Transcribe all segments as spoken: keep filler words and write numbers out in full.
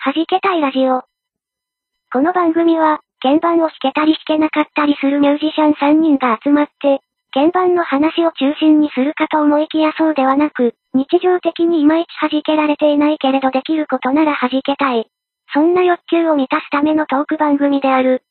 弾けたいラジオ。この番組は、鍵盤を弾けたり弾けなかったりするミュージシャンさんにんが集まって、鍵盤の話を中心にするかと思いきやそうではなく、日常的にいまいち弾けられていないけれどできることなら弾けたい。そんな欲求を満たすためのトーク番組である。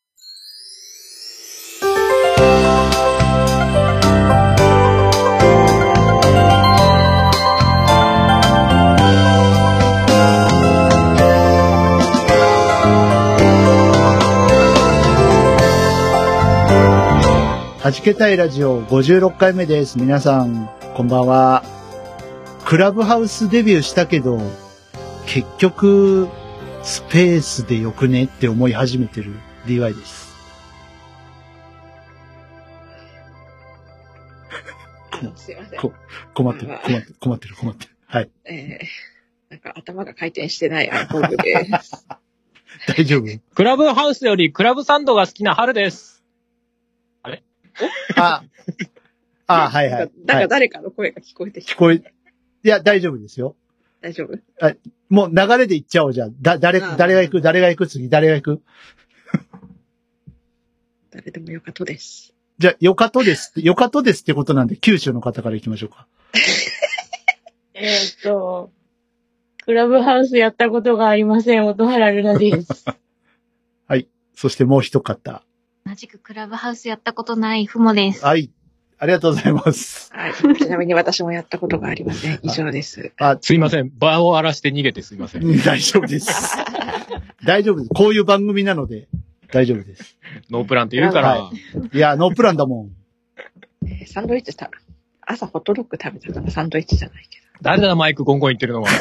はじけたいラジオごじゅうろっかいめです。皆さん、こんばんは。クラブハウスデビューしたけど、結局、スペースでよくねって思い始めてる ディーワイ です。 すいません。 こ困ってる、困ってる、困ってる、困ってる。はい。 えー、なんか頭が回転してないアイコングです。 大丈夫？ クラブハウスよりクラブサンドが好きな春です。あれあ、あ、はいはい。 なんか誰かの声が聞こえてきた。 聞こえ、いや、大丈夫ですよ。 大丈夫？ あ、もう流れで行っちゃおう、じゃあ。だ、誰、誰が行く誰が行く次、誰が行く誰でもよかとです。 じゃあ、よかとです。よかとですってことなんで、九州の方から行きましょうか。 えーっと、クラブハウスやったことがありません。音原ルナです。 はい。そしてもう一方。 同じくクラブハウスやったことないふもです。 はい。ありがとうございます。 はい。ちなみに私もやったことがありません。以上です。 あ、すいません。場を荒らして逃げてすいません。 大丈夫です。大丈夫です。こういう番組なので、大丈夫です。 ノープランって言うから。 はい、いや、ノープランだもん。 えー、サンドイッチ食べ、朝ホットドッグ食べたからサンドイッチじゃないけど。 誰だマイクゴンゴン言ってるのは。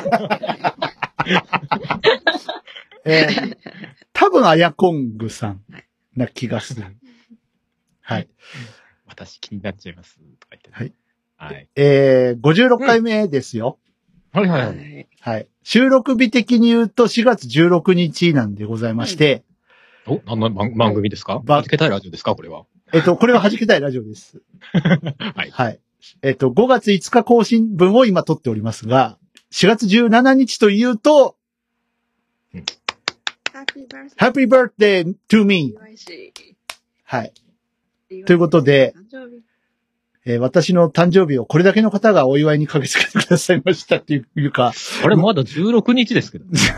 えー、多分アヤコングさんな気がする。はい。 私気になっちゃいます。とか言って、ね。はい。はい。 えー、ごじゅうろっかいめですよ。 うん、はいはいはい。 はい。収録日的に言うとしがつじゅうろくにちなんでございまして。 うん、お、何の番組ですか？はじけたいラジオですかこれは。 えっと、これははじけたいラジオです。 はい。 はい。えっと、ごがついつか更新分を今撮っておりますが、しがつじゅうしちにちというと、 うん、 Happy Birthday to me! はい。ということで、えー、私の誕生日をこれだけの方がお祝いに駆けつけてくださいましたっていうか。 あれ、まだじゅうろくにちですけど。細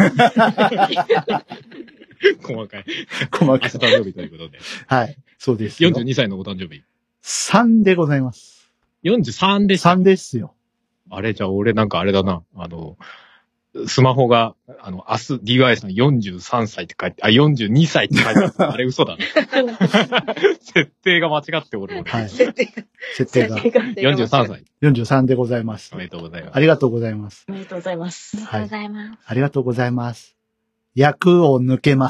かい。 細かい。 明日誕生日ということで。 はい。そうですよ。 よんじゅうにさいのお誕生日。 さんでございます。 よんじゅうさんです。 さんですよ。 あれ、じゃあ俺なんかあれだな。あの、スマホが、あの、明日 ディーワイ さんよんじゅうさんさいって書いて、あ、よんじゅうにさいって書いてある。あれ嘘だな。設定が間違っておるので。 はい。 設定が。 設定が。 よんじゅうさんさい。 よんじゅうさんでございます。 おめでとうございます。 ありがとうございます。 おめでとうございます。 ありがとうございます。 ありがとうございます。役を抜けます。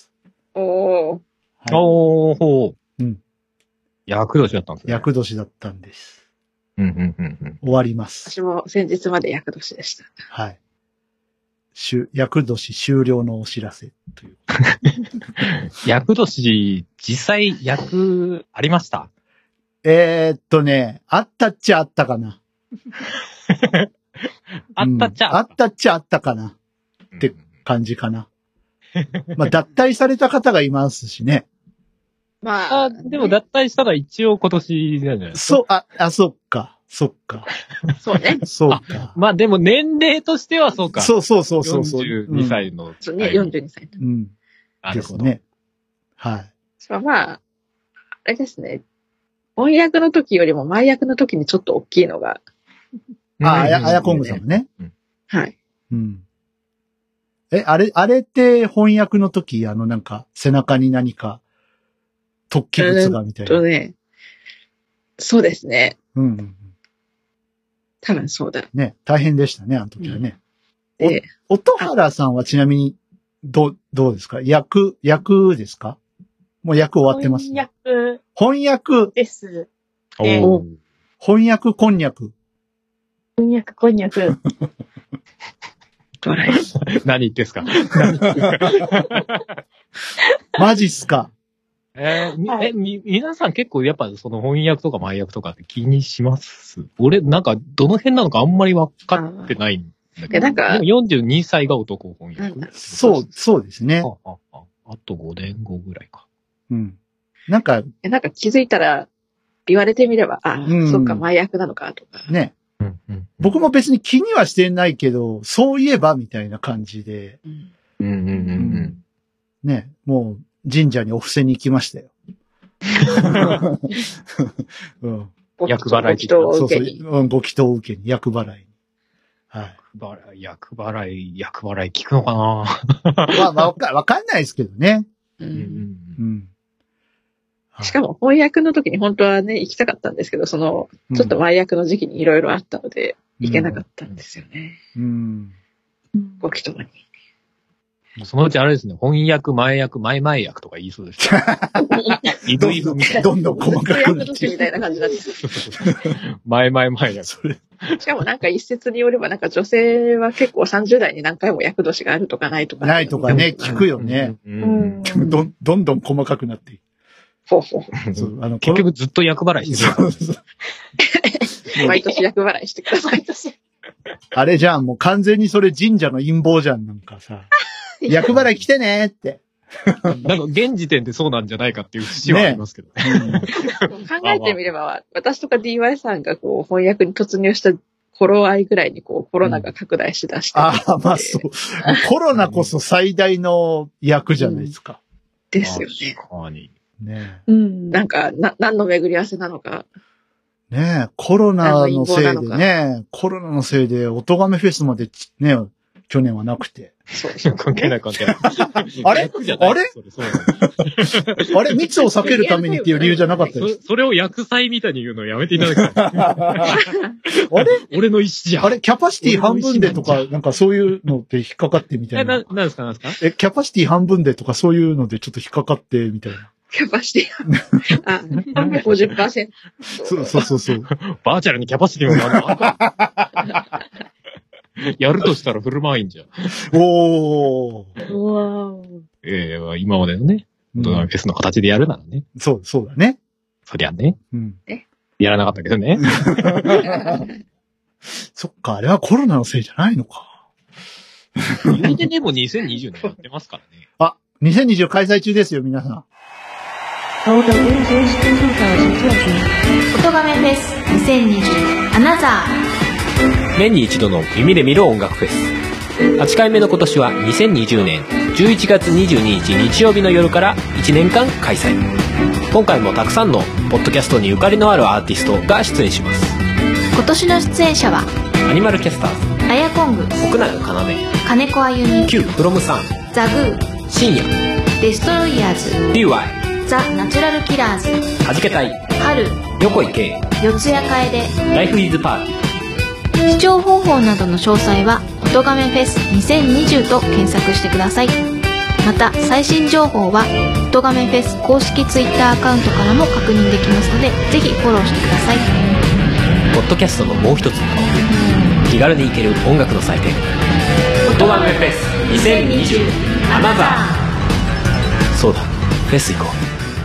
おー。 はい、 おー、ほう。 うん。 役年だったんですね。 役年だったんです。 うん、うん、うん、うん。 終わります。 私も先日まで役年でした。 はい。しゅ、役年終了のお知らせという。 役年、実際役ありました？ えー、っとね、あったっちゃあったかな。 あったっちゃ、 うん、あったっちゃあったかな。って感じかな。まあ、脱退された方がいますしね。 まあ、 あ、でも脱退したら一応今年なんじゃないですか。 そう、あ、あ、そっか。そっか。 そうね。 そうか。 まあでも年齢としてはそうか。 そうそうそうそうそう。 よんじゅうにさいの。うん、 そうね、よんじゅうにさい。 うん。ですね。はい。 そう、まあ、あれですね。翻訳の時よりも前役の時にちょっと大きいのが。 ああ、あや、あやこんぐさんね。 うん。はい。 うん。え、あれ、あれって翻訳の時、あのなんか背中に何か突起物がみたいな。 えーっとね。そうですね。 うん、うん。 多分そうだ。 ね、大変でしたね、あの時はね。 うん、えお、音原さんはちなみに、どう、どうですか？役、役ですか？もう役終わってます、 ね。翻訳。 翻訳。 です。 えー、 翻訳こんにゃく。 翻訳こんにゃく。 何言ってんすか？ マジっすか？ えーはい、え、み、皆さん結構やっぱその翻訳とか前訳とかって気にします？俺なんかどの辺なのかあんまり分かってないんだけど。 いや、なんかでも、よんじゅうにさいが男翻訳。 うんそう、そうですね。 あ、あ、あ、あとごねんごぐらいか。 うん。なんか、 えなんか気づいたら、言われてみれば、あ、 うんそっか、前役なのか、とか。 ね、 うんうん。 僕も別に気にはしてないけど、そういえばみたいな感じで、 うんうんうんうんうん。 ね、もう神社にお布施に行きましたよ。うん、 役払いご祈祷をそうそう、 受けに。 うん、ご祈祷を受けに、厄払いに。はい。 払い、役払い、役払い聞くのかなまあ、まあ、わかわかんないですけどね。 ううんうんうんん。はいしかも翻訳の時に本当はね、行きたかったんですけど、その、ちょっと前役の時期にいろいろあったので、行けなかったんですよね。 うん。 ご祈祷に。 そのうちあれですね、翻訳、前役、前々役とか言いそうです。イブイブみたいな。 どんどん細かく役なって年みたいな感じになって前々前役。 それ。 しかもなんか一説によれば、なんか女性は結構さんじゅう代に何回も役年があるとかないとか。 ないとかね、聞くよね。 うんうんでもどん、どんどん細かくなっていく。 ほうほう。 そうあの結局ずっと役払いしてる。 そうそう毎年役払いしてください。 あれじゃん、もう完全にそれ神社の陰謀じゃん、なんかさ。役払い来てねーって。 なんか現時点でそうなんじゃないかっていう節はありますけどね。 考えてみれば、私とか ディーワイ さんがこう翻訳に突入した頃合いぐらいにこうコロナが拡大しだして、 ああ、まあそう。コロナこそ最大の役じゃないですか。 ですよね。 確かに。 ねうん。 なんか、な、何の巡り合わせなのか。 え。ねえ、コロナのせいで何の陰謀ね、コロナのせいで、おとがめフェスまでちね、去年はなくて。 そうそう。 関係ない関係ない。 あれ役じゃないあれそれそうなのあれ密を避けるためにっていう理由じゃなかったです。 そそれを役祭みたいに言うのやめていただきたい。 あれ俺の意思じゃん。 あれキャパシティ半分でとか、なんかそういうのって引っかかってみたえ、 いなな、。なんですかなんですかえ、キャパシティ半分でとかそういうのでちょっと引っかかってみたいな。 キャパシティ。あ、ごじゅっパーセント。 そうそうそうそう。 バーチャルにキャパシティもあるのやるとしたらフルマインじゃん。 おー。 うわー。 ええ今までのね、 うん大人フェスの形でやるならね。 そう、そうだね。 そりゃね。 うん。 やらなかったけどね。 そっか、あれはコロナのせいじゃないのか。 言うてでもにせんにじゅうねんやってますからね。 あ、にせんにじゅう開催中ですよ、皆さん。 音がめフェスにせんにじゅうアナザ年に一度の耳で見る音楽フェス。はちかいめの今年はにせんにじゅうねんじゅういちがつにじゅうににち日曜日の夜からいちねんかん開催。今回もたくさんのポッドキャストにゆかりのあるアーティストが出演します。 ー。今年の出演者は、 アニマルキャスターズ、 アヤコング、 奥永要、 金子あゆみ、 Q フロムさん、 ザグー、 深夜、 デストロイヤーズ、 ディーワイ、 ザ・ナチュラルキラーズ、 はじけたい、 春、 横井圭、 四谷楓。 ライフイズパーティー。 視聴方法などの詳細は、おとがめフェスにせんにじゅうと検索してください。また、最新情報は、おとがめフェス公式ツイッターアカウントからも確認できますので、ぜひフォローしてください。 ポッドキャストのもう一つの顔、気軽に行ける音楽の祭典、オトガメフェスにせんにじゅうアナザー。そうだ、フェス行こ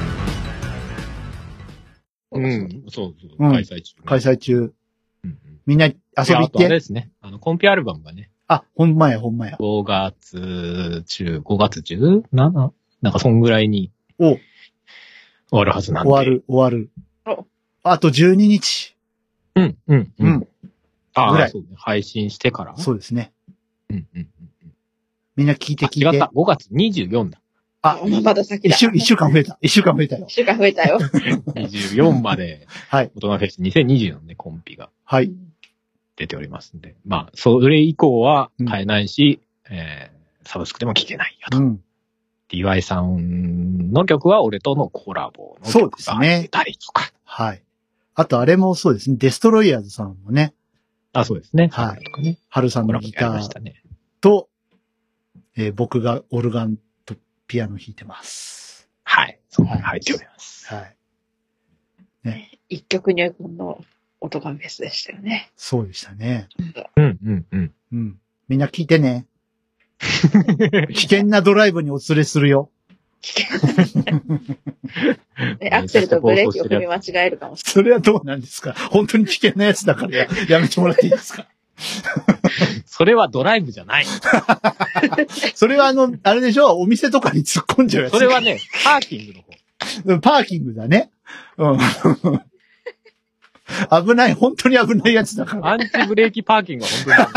うん、そうそう、 うん開催中。 開催中。 うんうん。 みんな遊びあ行っとあれて。 ですね。あの、コンピアルバムがね、 あ、ほんまや、ほんまや。 ごがつ中、ごがつじゅうなな? なんかそんぐらいにお、 終わるはずなんで。 終わる、終わるお。 あとじゅうににち。 うん、うん、 ううんん。ああ、 ぐらいそうね。配信してから。 そうですね。 うん、うん。 みんな聞いてあ、 聞いて違った。。ごがつにじゅうよっか。 あ、 まだ先だ。 一週、一週間増えた。一週間増えたよ一。週間増えたよ。 にじゅうよっかまで、 はい。 大人フェスにせんにじゅうのね、コンピがはい。 出ておりますんで。まあ、それ以降は買えないし、えー、サブスクでも聴けないよと。 うん。 ディーワイ さんの曲は俺とのコラボの曲が出たりとか。 はい。あとあれもそうですね。デストロイヤーズさんもね、 あ、そうですね。 はいとかね。 春さんコラボやりのギターましたね。 と、えー僕がオルガンとピアノ弾いてます。 はい。そこに入っております。 はい。 一曲入魂の音がフェスでしたよね。 そうでしたね。 うん、うん、うん。 うん。みんな聞いてね。危険なドライブにお連れするよ。 ねアクセルとブレーキを踏み間違えるかもしそれはどうなんですか？本当に危険なやつだからややめてもらっていいですか？ それはドライブじゃない。 それはあの、あれでしょお店とかに突っ込んじゃうやつ。 それはね、パーキングの方。 うん、パーキングだね。うん。危ない、本当に危ないやつだから。 アンチブレーキパーキングは本当に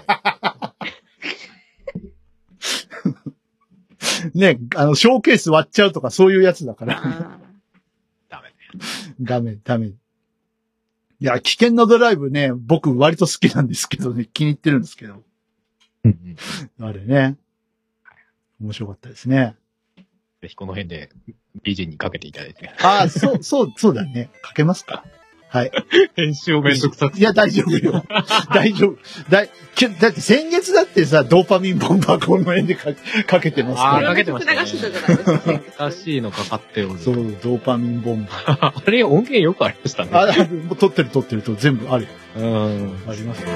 ね、あの、ショーケース割っちゃうとかそういうやつだから。 ダメね。 ダメ、ダメ。いや、危険なドライブね、僕割と好きなんですけどね、気に入ってるんですけど。 うんうん、 あれね。面白かったですね。 ぜひこの辺で ビージー にかけていただいて。 ああ、そう、そう、そうだね。かけますか。はい。 編集をめんどくさいや、大丈夫よ。大丈夫。だ、だって先月だってさ、ドーパミンボンバーこの辺でかかけてますから。 ああ、かけてましたね。 流してたじゃないですか。 難しいのかかっておる。 そう、ドーパミンボンバー。 あれ音源よくありましたね。 あ、もう撮ってる撮ってると全部ある。 うん。 ありますね。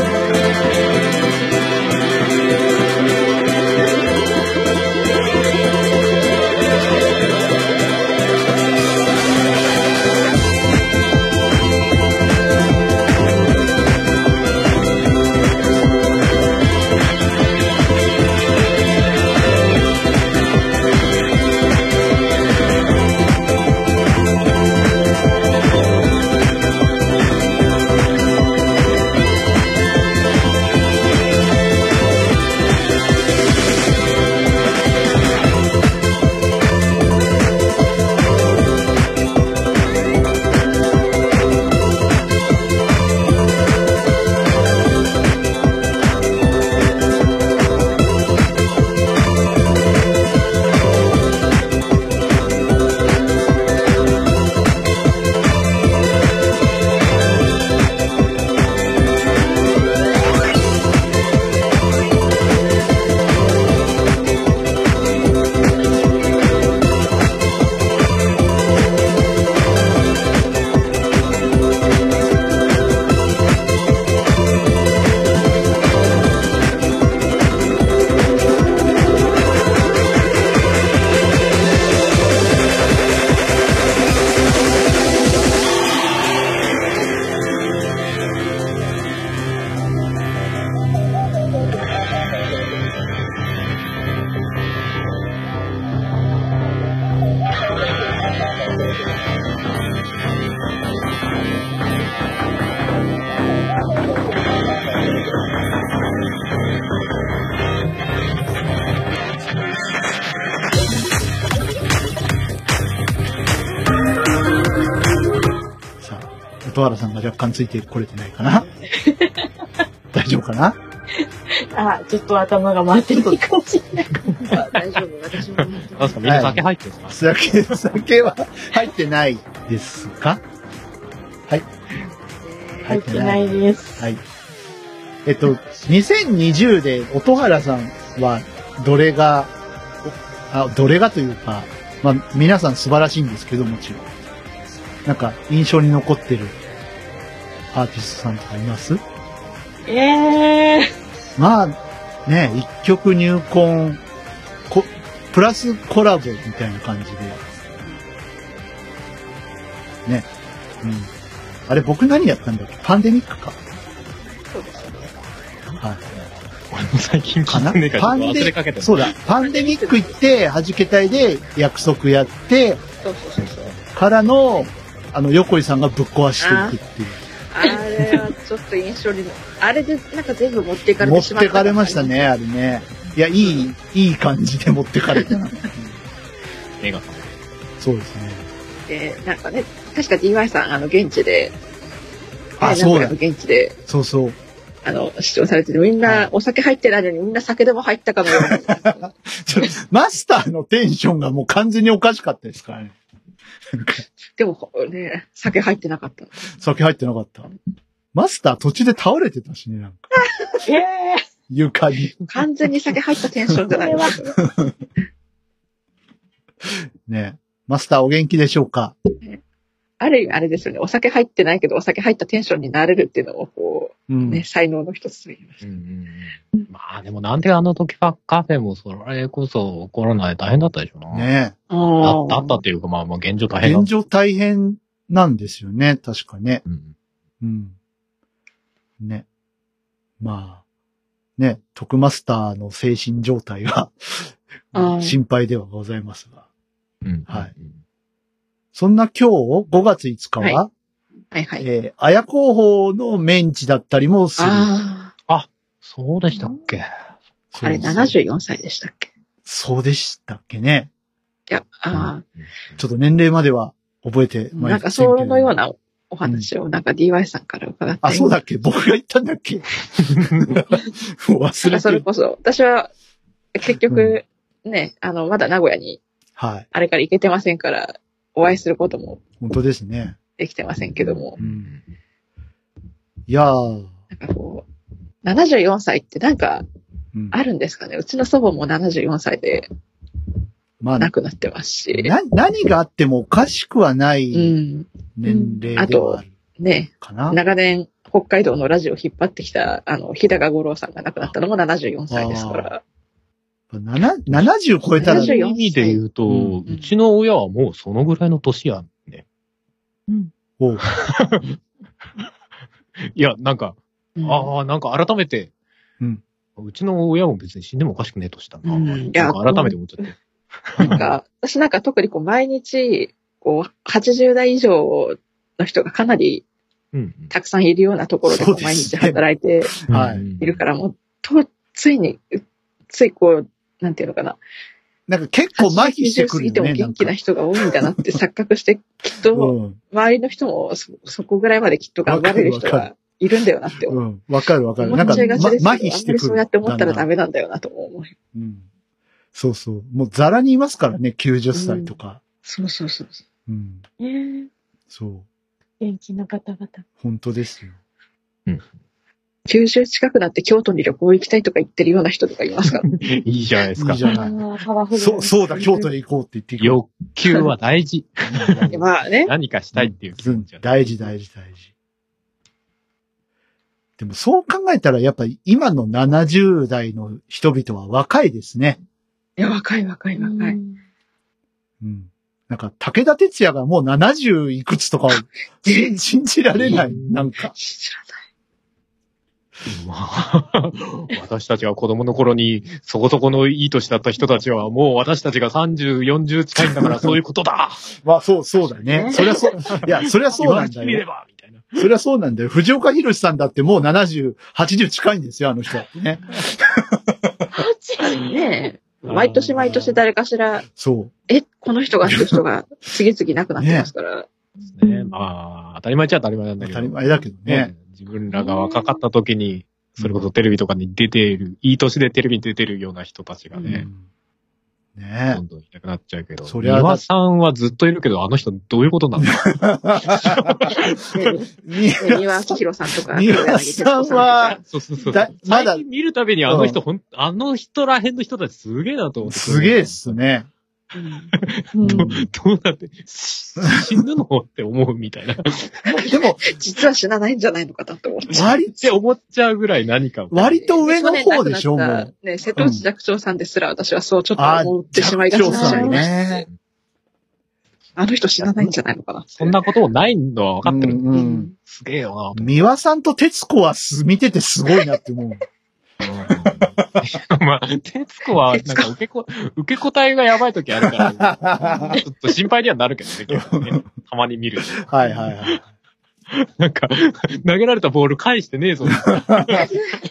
音原さんが若干ついてこれてないかな大丈夫かなあ、ちょっと頭が回ってるかもしれない。 大丈夫、私も。 なんですかみんな酒入ってるんですか、 酒、酒は入ってないですかはい。 入ってないです。 はい。えっと、にせんにじゅうで音原さんはどれが、あ、どれがというか、まあ皆さん素晴らしいんですけどもちろん。なんか印象に残ってるアーティストさんとかいます？ ええー。 まあ、ね、一曲入魂、こ、プラスコラボみたいな感じで。ね。うん。あれ僕何やったんだっけ？パンデミックか。 そうですね。 はい。 俺も最近かな聞いてねえからパン忘れかけてデ、そうだ、パンデミック行って、弾け隊で約束やって、 そうそうそうそう。 からの、あの、横井さんがぶっ壊していくっていう。 あれはちょっと印象に、あれでなんか全部持っていかれ持ってしまった。 てかれましたね、あれね。いや、いい、いい感じで持ってかれたな。 映画さん。 そうですね。 で、なんかね、確か ディーワイ さん、あの、現地で、 あ、 ねそうだ名古屋の現地で、 そうそう。 あの、視聴されてて、みんなお酒入ってないのにみんな酒でも入ったかのように。 ちょマスターのテンションがもう完全におかしかったですからね。 でもね、酒入ってなかった。 酒入ってなかった。マスター途中で倒れてたしね、なんか。 ええ床に。 完全に酒入ったテンションじゃないですか。 ねマスターお元気でしょうか？ ある意味あれですよね。お酒入ってないけど、お酒入ったテンションになれるっていうのも、こう、 うん、 ね、才能の一つと言いましうんうんうん、まあでもなんであの時カフェもそれこそコロナで大変だったでしょうな。 ねた。 だあだったっていうかまあまあ現状大変だ現状大変なんですよね、確かね。 うん。 うん。ね。 まあ、ね、徳マスターの精神状態が心配ではございますが。 うん。 はい。そんな今日、ごがついつかは、 はいはいはい。 えー、綾候補のメンチだったりもする。 ああ、そうでしたっけ。 あ、あれななじゅうよんさいでしたっけ？ そうでしたっけね。 いや、ああ、 ちょっと年齢までは覚えてまいりませんけど。 なんかそのようなお話をなんか ディーワイ さんから伺って。 あ、そうだっけ？僕が言ったんだっけ？もう忘れてる。 それこそ、私は結局、ね、あの、まだ名古屋に、 はい。 あれから行けてませんから、お会いすることも本当ですね。 できてませんけども。 うん、いやー。 なんかこう、ななじゅうよんさいってなんか、 うん、 あるんですかね。うちの祖母もななじゅうよんさいで、 まあ、 亡くなってますし。 な、何があってもおかしくはない年齢ではあるね、長年北海道のラジオを引っ張ってきた、あの、日高五郎さんが亡くなったのもななじゅうよんさいですから。 なな、ななじゅう超えたら。 そういう意味で言うと、うん、うちの親はもうそのぐらいの年やね。 うん。 おういや、なんか、うん、ああ、なんか改めて、 うん。 うちの親も別に死んでもおかしくねえとしたな。うん、 いや、 改めて思っちゃって。 なんか、私なんか特にこう毎日、こう、はちじゅうだい以上の人がかなり、たくさんいるようなところでこう毎日働いているから、もう、と、ついに、ついこう、なんていうのかな。 なんか結構麻痺してくるよね。 過ぎても元気な人が多いんだなって錯覚して、きっと、周りの人もそ、そこぐらいまできっと頑張れる人がいるんだよなって思う。 うん、わかるわかる。 なんか、ま、麻痺してくる。 そうやって思ったらダメなんだよなと思う。 うん。そうそう。もうザラにいますからね、きゅうじゅっさいとか。うん、 そうそうそう。 うん。 えー、 そう。 元気な方々。 本当ですよ。 うん。 きゅうじゅう近くなって京都に旅行行きたいとか言ってるような人とかいますから。 いいじゃないですか。 いいじゃない。そう、そうだ、京都へ行こうって言って行く。 欲求は大事。 まあね。 何かしたいっていう気持ちは、 うん。大事、大事、大事。でもそう考えたらやっぱり今のななじゅう代の人々は若いですね。 いや、若い若い若い。うん。 うん、なんか武田鉄矢がもうななじゅういくつとかを信じられない。なんか。 信じられない。 まあ、私たちが子供の頃にそこそこのいい年だった人たちはもう私たちがさんじゅう、よんじゅう近いんだからそういうことだ。 まあそう、そうだね。そりゃそう、いや、そりゃそうなんだよ。 見ればみたいな。 そりゃそうなんだよ。藤岡弘さんだってもうななじゅう、はちじゅう近いんですよ、あの人ね。 ねえ。毎年毎年誰かしら、 そう。 え、この人がっていう人が次々亡くなってますから。 ね, ねまあ、当たり前っちゃ当たり前なんだけど。 当たり前だけどね。 自分らが若かった時に、それこそテレビとかに出ている、いい年でテレビに出てるような人たちがね、 うん、ねえ。 どんどんいなくなっちゃうけど。 そりゃ。 庭さんはずっといるけど、あの人どういうことなんだ庭明宏さんとか。 庭さんは、 そうそうそう。 まだ。 見るたびにあの人、ほん、あの人らへんの人たちすげえなと思って。 すげえっすね。 うん、ど, どうなって、死ぬのって思うみたいな。 でも、 実は死なないんじゃないのかなって思っちゃう。 割って思っちゃうぐらい何か。 割と上の方でしょ、もう。 ね、瀬戸内寂聴さんですら私はそうちょっと思ってしまいがちになっちゃいました。あの人死なないんじゃないのかな。 そんなこともないのは分かってる。 うんうん、 すげえよな。 三輪さんと徹子は見ててすごいなって思う。 まあ、徹子は、なんか受けこ、受け答えがやばい時あるから、ちょっと心配にはなるけどね、結構ね。たまに見る。 はいはいはい。 なんか、投げられたボール返してねえぞ。 確か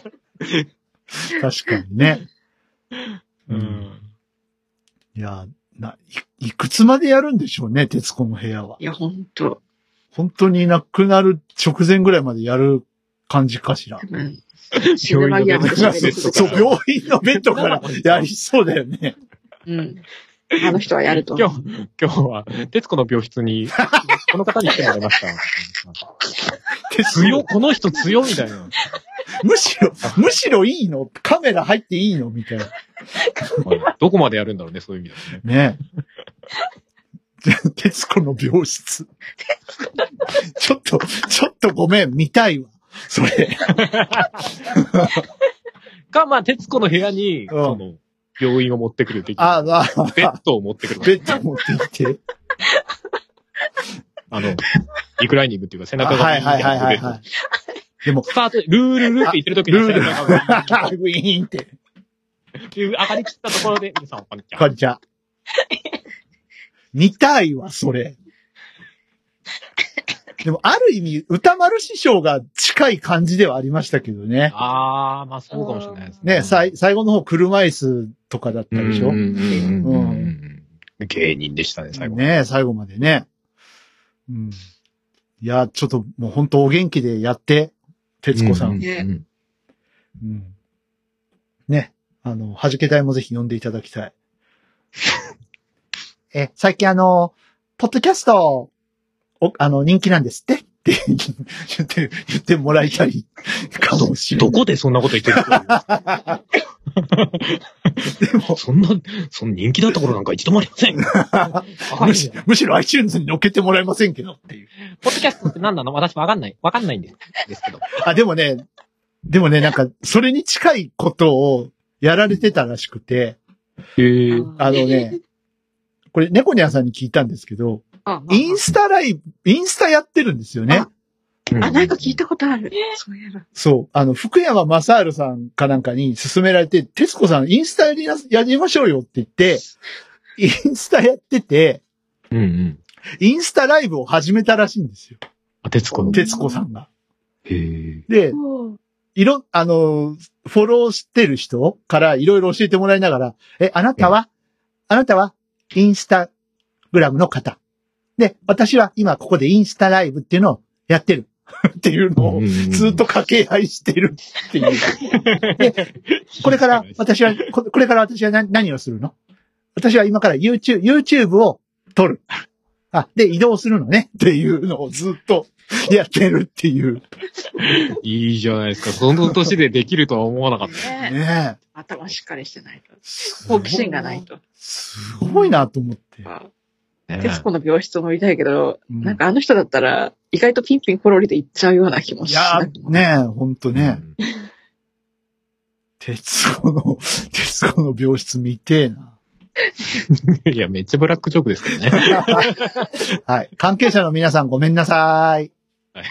にね。 うん。 いや、な、い、いくつまでやるんでしょうね、徹子の部屋は。 いや、ほんと。 本当に亡くなる直前ぐらいまでやる感じかしら。 うん死ぬ間際まで喋る。 そう、病院のベッドからやりそうだよね。 うん。あの人はやると。 今日、今日は、徹子の病室に、この方に来てもらいました。強、この人強みたいな。 むしろ、むしろいいの？カメラ入っていいのみたいな。 どこまでやるんだろうね、そういう意味でね。ね。徹子の病室。ちょっと、ちょっとごめん、見たいわ。それ。 か、まあ、徹子の部屋に、うん、その、病院を持ってくる的な。ああ、 ベッドを持ってくる。 ベッドを持ってきて。 あの、リクライニングっていうか背中が。 はいはいはいはい、はい。 でも、 スタート、ルールルって言ってる時に、 ルール、ウィーンって。 上がりきったところで、皆さん、こんにちは。 こんにちは。見たいわ、それ。でも、ある意味、歌丸師匠が近い感じではありましたけどね。 あー、まあそうかもしれないですね。 ね、さい最後の方、車椅子とかだったでしょ。うん。 芸人でしたね、最後。 ね、最後までね。うん。いや、ちょっともう本当お元気でやって、徹子さん。うん。うん、ね。あの、はじけ隊もぜひ呼んでいただきたい。え、最近あの、ポッドキャスト、お、あの、人気なんですってって言って、言ってもらいたいかもしれない。 どこでそんなこと言ってるんですかでも、そんな、そんな人気だった頃なんか一度もありませんむし。むしろ iTunes に乗っけてもらえませんけどっていう。 ポッドキャストって何なの？私わかんない。わかんないんですですけど。 あ、でもね、でもね、なんか、それに近いことをやられてたらしくて、 へー。 あのね、これ、猫ニャンさんに聞いたんですけど、インスタライブ、インスタやってるんですよね。 あ、あなんか聞いたことある。そういえば。 そう。あの、福山雅治さんかなんかに勧められて、徹子さん、インスタやりな、やりましょうよって言って、インスタやってて、 うんうん。 インスタライブを始めたらしいんですよ。 あ、徹子の。 徹子さんが。 へー。 で、いろ、あの、フォローしてる人からいろいろ教えてもらいながら、え、あなたは、あなたは、インスタグラムの方。で、私は今ここでインスタライブっていうのをやってる。っていうのをずっと掛け合いしてるっていう。で、これから私は、これから私は何、何をするの？私は今から YouTube、YouTube を撮る。あ、で、移動するのね。っていうのをずっとやってるっていう。 いいじゃないですか。その年でできるとは思わなかった。 ねえ。 ねえ。 頭しっかりしてないと。好奇心がないと。 すごいなと思って。 徹子の病室も見たいけど、うん、なんかあの人だったら、意外とピンピンコロリで行っちゃうような気もしない。 いや、ねえ、ほんとね。うん、徹子の、徹子の病室見てえな。 いや、めっちゃブラックジョークですけどね。 はい。関係者の皆さんごめんなさい。はい、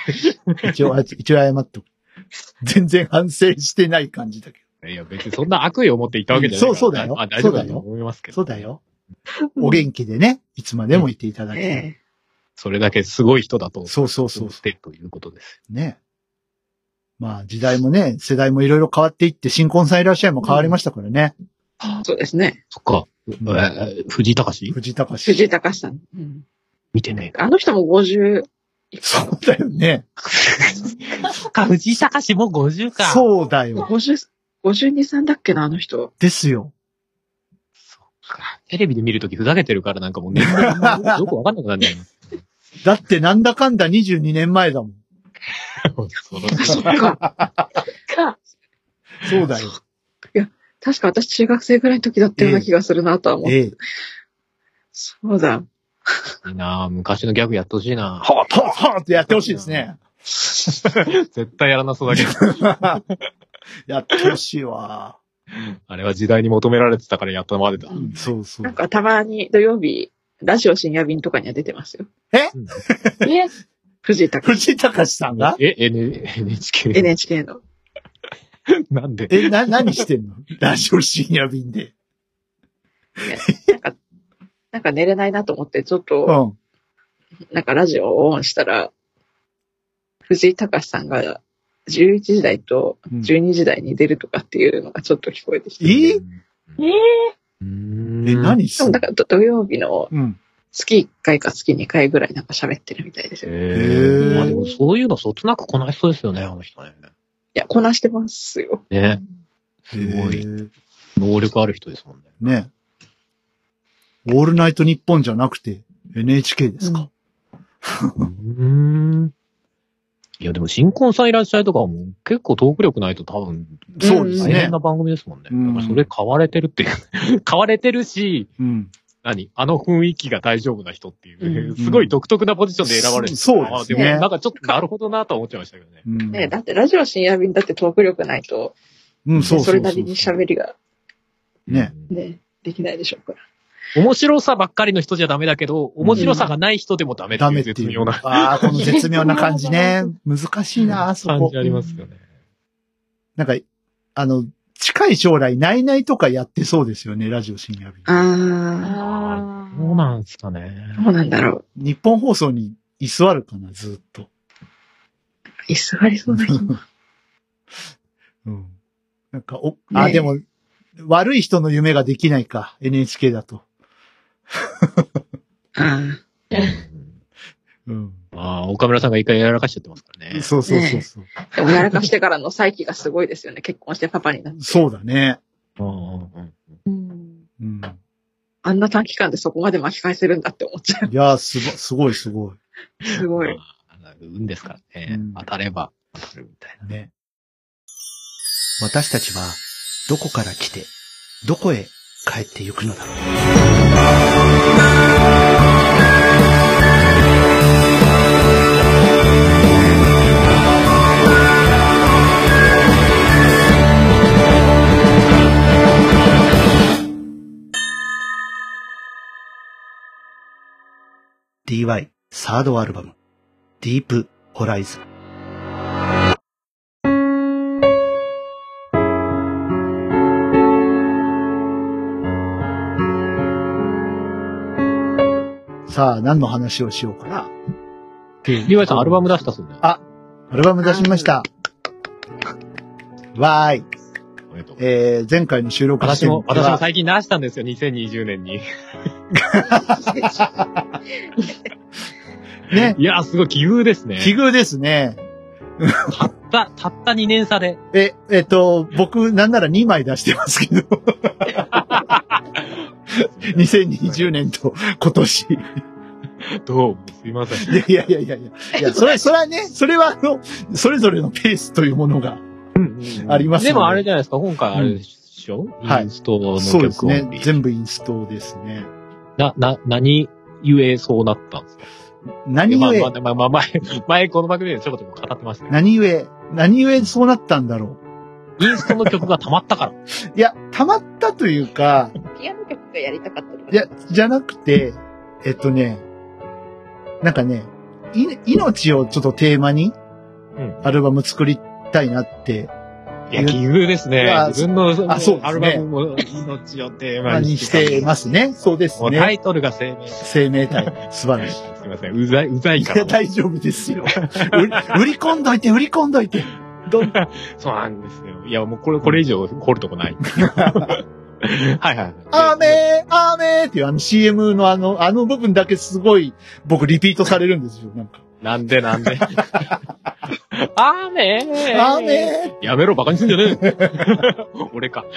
一応、一応謝っとく。全然反省してない感じだけど。いや、別にそんな悪意を持って言ったわけじゃないから、うん、 そう、そうだよ。 あ、大丈夫だと思いますけど、ね。 そうだよ。お元気でね、いつまでもいていただきたい。うんえー、 それだけすごい人だと。 そうそうそう。 してということです。 ね。まあ、時代もね、世代もいろいろ変わっていって、新婚さんいらっしゃいも変わりましたからね。 うん、そうですね。 そっか。うん、えー、藤井隆藤井隆藤井隆さん。うん、 見てね。 あの人もごじゅう。 そうだよね。 そっか、藤井隆もごじゅうか。 そうだよ。 ごじゅう、ごじゅうに、さんだっけな、あの人。 ですよ。 テレビで見るときふざけてるからなんかもう年齢よくわかんなくなるんだよ。 だってなんだかんだにじゅうにねんまえだもん。 そっか。 そうだよ。 いや、確か私中学生ぐらいの時だったような気がするなとは思って。ええ、 そうだ。 いいなぁ、昔のギャグやってほしいなぁ。 はぁ、はぁ、はぁってやってほしいですね。 絶対やらなそうだけど。 やってほしいわ。 あれは時代に求められてたからやったまでだ。 うん、そうそう。 なんかたまに土曜日、ラジオ深夜便とかには出てますよ。 ええ藤井隆。 藤井隆さんがえ、エヌエイチケー。 エヌエイチケー の。 なんでえ、な、何してんのラジオ深夜便で。 なんか、なんか寝れないなと思って、ちょっと、うん、なんかラジオをオンしたら、藤井隆さんが、じゅういちじ台とじゅうにじ台に出るとかっていうのがちょっと聞こえてきて。 ええー、え、何するの？なんか土曜日の月いっかいか月にかいぐらいなんか喋ってるみたいですよ。 へー。まあでもそういうのそつなくこなしそうですよね、あの人ね。 いや、こなしてますよ。 ね。すごい。能力ある人ですもんね。 ね。オールナイトニッポンじゃなくて エヌエイチケー ですか。 うん。いや、でも、新婚さんいらっしゃいとかも結構トーク力ないと多分、 そうですね。 大変な番組ですもんね。うん、だからそれ買われてるっていう。買われてるし、うん、何あの雰囲気が大丈夫な人っていう、うん、すごい独特なポジションで選ばれる。 そうですね。 でも、なんかちょっとなるほどなと思っちゃいましたけどね。 うん、ねだってラジオ深夜便だってトーク力ないと、うん、そうそうそうそれなりに喋りが、 ね。 ね、できないでしょうから。 面白さばっかりの人じゃダメだけど、面白さがない人でもダメっていう絶妙な。 うん、ああ、この絶妙な感じね。難しいな、そこ。 感じありますよね。 なんか、あの、近い将来、ナイナイとかやってそうですよね、ラジオ深夜便。 ああ。そうなんですかね。 どうなんだろう。 日本放送に居座るかな、ずっと。 居座りそうな気も。 うん。なんか、お、あ、ね、でも、悪い人の夢ができないか、エヌエイチケー だと。 ああ。 うん。 ああ、岡村さんが一回やらかしちゃってますからね。 そうそうそうそう。ね、 でもやらかしてからの再起がすごいですよね。結婚してパパになって。 そうだね。 うん。 うん。 うん。 あんな短期間でそこまで巻き返せるんだって思っちゃう。 いやー、すご、すごいすごい。 すごい。 運ですからね。うん、当たれば当たるみたいな。 ね。私たちは、どこから来て、どこへ帰ってゆくのだろう。ディーワイ サードアルバム、ディープホライズン。さあ、何の話をしようかな。 ディーワイ さんアルバム出したそうね。 あ、アルバム出しました。わーい。えー、前回の収録私も、私も最近出したんですよ、にせんにじゅうねんに。 ね。 いや、すごい奇遇ですね。 奇遇ですね。 たった、たったにねん差で。 え、えっと、僕、なんならにまい出してますけど。にせんにじゅうねんと今年。 どうもすいません。 いやいやいやいやいや、それ、それはね、それはあの、それぞれのペースというものがありますので。 でもあれじゃないですか、今回あれでしょ、うん、はい。インストの曲を。 そうですね。全部インストですね。 な、な、何故そうなったんですか？ 何故まあ、まあ、まあ、前、前この番組でちょこちょこ語ってました、ね。 何故何故そうなったんだろう。インストの曲が溜まったから。 いや、溜まったというか。 ピアノ曲がやりたかったのか。 いや、じゃなくて、えっとね、なんかね、い、命をちょっとテーマに、アルバム作りたいなって。 いや、奇遇ですね。自分のあそう、ね、アルバムも命をテーマにして。ますね。そうですね。 タイトルが生命体。 生命体。素晴らしい。 すみません。うざい、うざいから。 いや、大丈夫ですよ。売り込んどいて、売り込んどいて。 どんそうなんですよ。いや、もうこれ、これ以上掘るとこない。はいはい。 アーメーアーメーっていうあの シーエム のあの、あの部分だけすごい僕リピートされるんですよ、なんか。 なんでなんで。アーメーアーメーやめろ、バカにすんじゃねえ。俺か。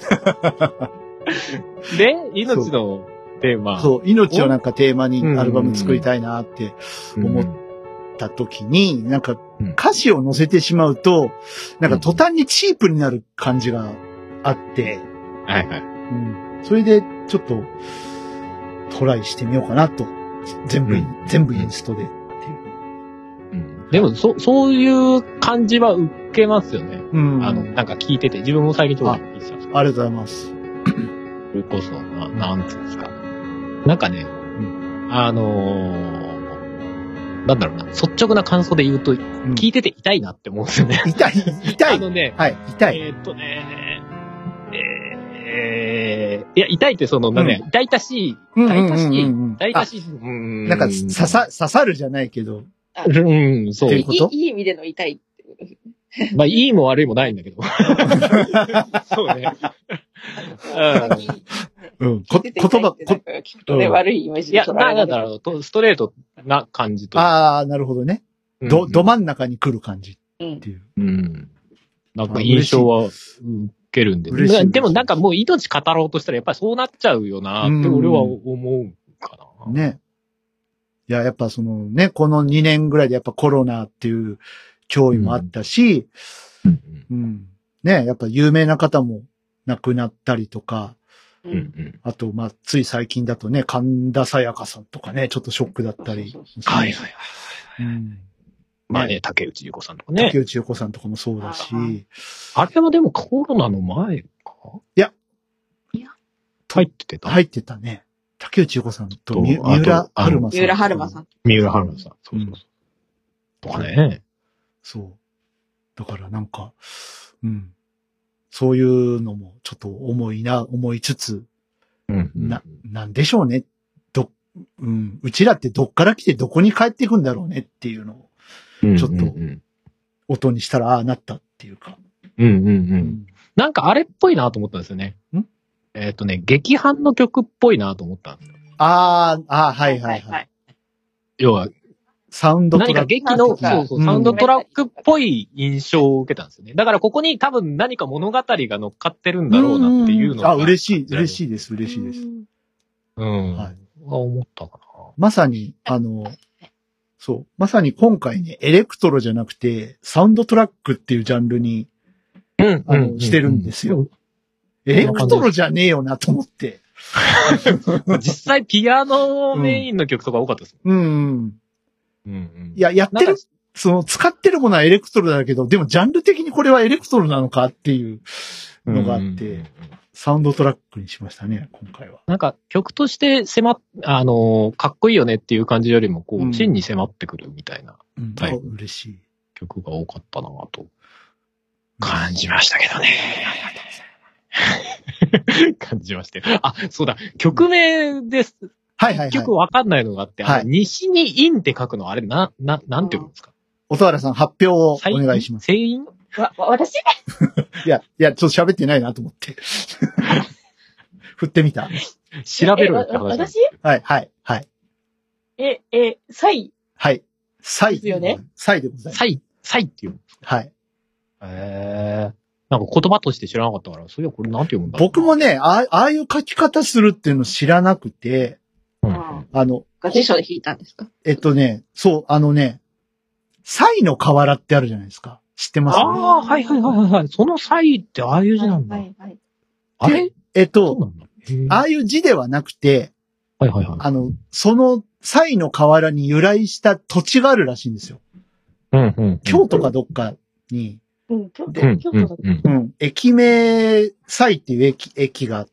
で、命のテーマ。 そう、命をなんかテーマにアルバム作りたいなって思った時に、なんか歌詞を載せてしまうと、なんか途端にチープになる感じがあって、 はいはい。 うん。それで、ちょっと、トライしてみようかなと。全部、うん、全部インストでっていう。 うん。でも、そ、そういう感じは受けますよね。 うん。 あの、なんか聞いてて、自分も最近ちょっと聞いてたんですけど。 ありがとうございます。 それこそ、ななんつうんですか。なんかね、うん、あのー、なんだろうな、率直な感想で言うと、うん、聞いてて痛いなって思うんですよね。 痛い、痛い。 あのね、 はい、痛い。 えー、っとね、えー、いや、痛いってその、なんね、痛々しい、痛々しい、痛々しい、うん。 なんか、刺さ、刺さるじゃないけど。 うん、そう。 いい、いい意味での痛いってことですね。 まあ、いいも悪いもないんだけど。そうね。 うん。こ、言葉、 こ、聞くとね、悪いイメージ。 いや、なんだろう、ストレートな感じと。 ああ、なるほどね。ど、ど真ん中に来る感じっていう。 うん。なんか印象は、けるんで。嬉しい。でもなんかもう命語ろうとしたらやっぱりそうなっちゃうよなって俺は思うかな。 ね。いや、やっぱそのね、このにねんぐらいでやっぱコロナっていう脅威もあったし、うん。うん、ね、やっぱ有名な方も亡くなったりとか、 うんうん、 あと、まあ、つい最近だとね、神田沙也加さんとかね、ちょっとショックだったり。 はいはいはい。 うん。 まあね、竹内優子さんとかね。 竹内優子さんとかもそうだし。 あれはでもコロナの前かいや。 いや。 入ってた入ってたね。 竹内優子さんと三浦春馬さん。 三浦春馬さん。 三浦春馬さん。そうそうそう。とかね。 そう。だからなんか、うん。そういうのもちょっと重いな、思いつつ、 うんうん、 な、なんでしょうね。ど、うん。うちらってどっから来てどこに帰っていくんだろうねっていうのを、ちょっと、音にしたらああなったっていうか。 うんうんうん。うん、なんかあれっぽいなと思ったんですよね。んえっ、ー、とね、劇伴の曲っぽいなと思ったんですよ。 ああ、ああ、はいはいはい。はい、 要は、 サウンドトラック。 何か劇の、そうそう、サウンドトラックっぽい印象を受けたんですよね。だからここに多分何か物語が乗っかってるんだろうなっていうのが。 あ、嬉しい、嬉しいです、嬉しいです。 うん。はい。思ったかな。 まさに、あの、そう、まさに今回ね、エレクトロじゃなくて、サウンドトラックっていうジャンルに、うん、あの、うん、してるんですよ。うん、エレクトロじゃねえよなと思って。 実際ピアノメインの曲とか多かったです。 うん。うんうん、いや、やってる、その、使ってるものはエレクトロだけど、でもジャンル的にこれはエレクトロなのかっていうのがあって、うん、サウンドトラックにしましたね、今回は。 なんか、曲として迫っ、あの、かっこいいよねっていう感じよりも、こう、真に迫ってくるみたいな、 うん、はい、嬉しい。 曲が多かったなぁと、感じましたけどね。感じまして。あ、そうだ、曲名です。 はいはいはい。 結局わかんないのがあって、はい、西に陰って書くのあれ、な、な、なんて言うんですか？ 音原さん発表をお願いします。 声音わ、私いや、いや、ちょっと喋ってないなと思って。振ってみた。 調べろよって話。 私はい、はい、はい。 え、え、サイはい。サイ。 ですよね。 サイでございます。 サイ、サイっていう。 はい。 へー。なんか言葉として知らなかったから、そういやこれなんて読むんだろう。 僕もね、ああ、ああいう書き方するっていうの知らなくて、うん、あの、 辞書で引いたんですか？ えっとね、そう、あのね、サイの河原ってあるじゃないですか。知ってます？ ああ、はいはいはいはい。そのサイってああいう字なんだ。はいはいはい、 あれえっと、ああいう字ではなくて、 はいはいはい。 あの、そのサイの河原に由来した土地があるらしいんですよ。 うんうん、うん。 京都かどっかに。 うん、京都だった。 うん。駅名、サイっていう駅、駅があって、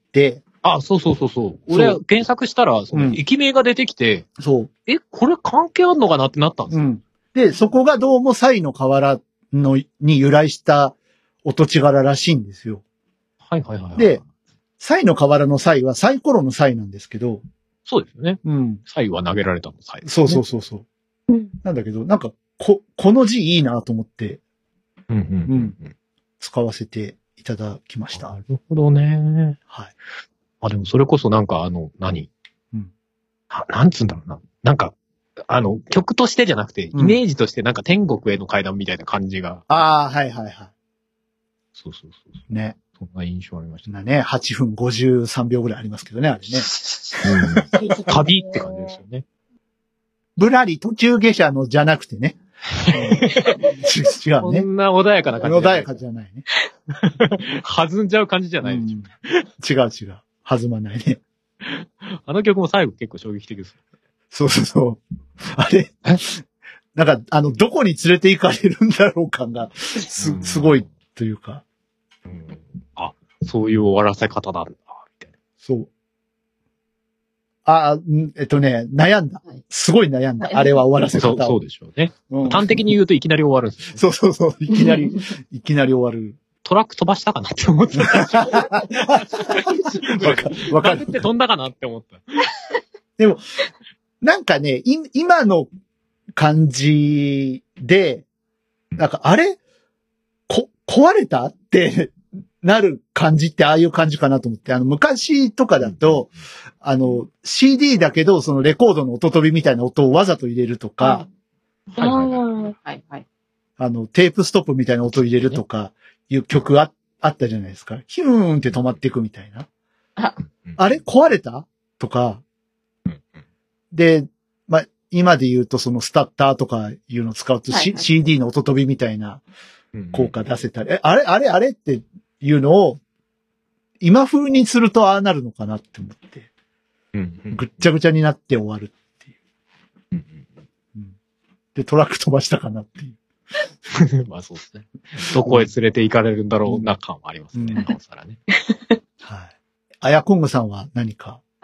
あ、そうそうそうそう。俺、検索したら、その、駅名が出てきて、 うん、そう。 え、これ関係あんのかなってなったんですよ。 うん。で、そこがどうもサイの河原の、に由来したお土地柄らしいんですよ。 はいはいはい、はい。 で、サイの河原のサイはサイコロのサイなんですけど。 そうですよね。 うん。 サイは投げられたのサイ、ね。 そうそうそうそう。うん。なんだけど、なんか、こ、この字いいなと思って、 うんうんうん、うん。 使わせていただきました。 なるほどね。 はい。 あ、でもそれこそなんかあの、何うん。 な、なんつうんだろうな。なんか、あの、曲としてじゃなくて、イメージとしてなんか天国への階段みたいな感じが。うん、 ああ、はいはいはい。 そうそうそう。 ね。 そんな印象ありましたね。ね、はちふんごじゅうさんびょうぐらいありますけどね、あれね。 うん、旅って感じですよね。 ぶらり途中下車のじゃなくてね。違うね。 そんな穏やかな感じ。 穏やかじゃないね。 弾んじゃう感じじゃない、うん、違う違う。弾まないね。 あの曲も最後結構衝撃的です。 そうそうそう。あれなんか、あの、どこに連れて行かれるんだろう感が、す、すごいというか。 うん、あ、そういう終わらせ方なんだ、みたいな。 そう。あ、えっとね、悩んだ。すごい悩んだ。あれは終わらせ方を。 そう、そうでしょうね。うん、端的に言うといきなり終わるんですよ、ね。 そうそうそう。いきなり、いきなり終わる。 トラック飛ばしたかなって思った。わかる。わかる。って飛んだかなって思った。 でも、なんかね、い、今の感じで、なんか、あれこ、壊れたってなる感じってああいう感じかなと思って、あの、昔とかだと、あの、シーディー だけど、そのレコードの音飛びみたいな音をわざと入れるとか、 はいはいはい。 あの、テープストップみたいな音入れるとか、いう曲あ、あったじゃないですか。ヒューンって止まっていくみたいな。 あ, あれ壊れたとか。で、まあ、今で言うとそのスタッターとかいうのを使うと、はいはい、シーディー の音飛びみたいな効果出せたり、え、あれあれあれっていうのを、今風にするとああなるのかなって思って。ぐっちゃぐちゃになって終わるっていう。うん、で、トラック飛ばしたかなっていう。 まあそうですね。どこへ連れて行かれるんだろうな感はありますね。なおさらね。 はい。あやこんぐさんは何か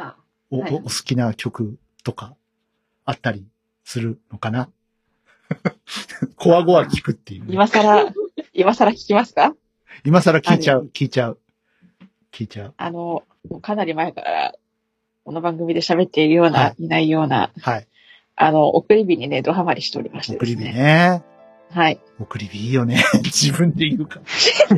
お、はい、お好きな曲とかあったりするのかなコワゴワ聞くっていう、ね。 今更、今更聞きますか？ 今更聞いちゃう、聞いちゃう。聞いちゃう。 あの、もうかなり前から、この番組で喋っているような、はい、いないような、 はい。 あの、送り火にね、ドハマりしておりましてですね。 送り火ね。 はい。 送り火いいよね。自分で言うか。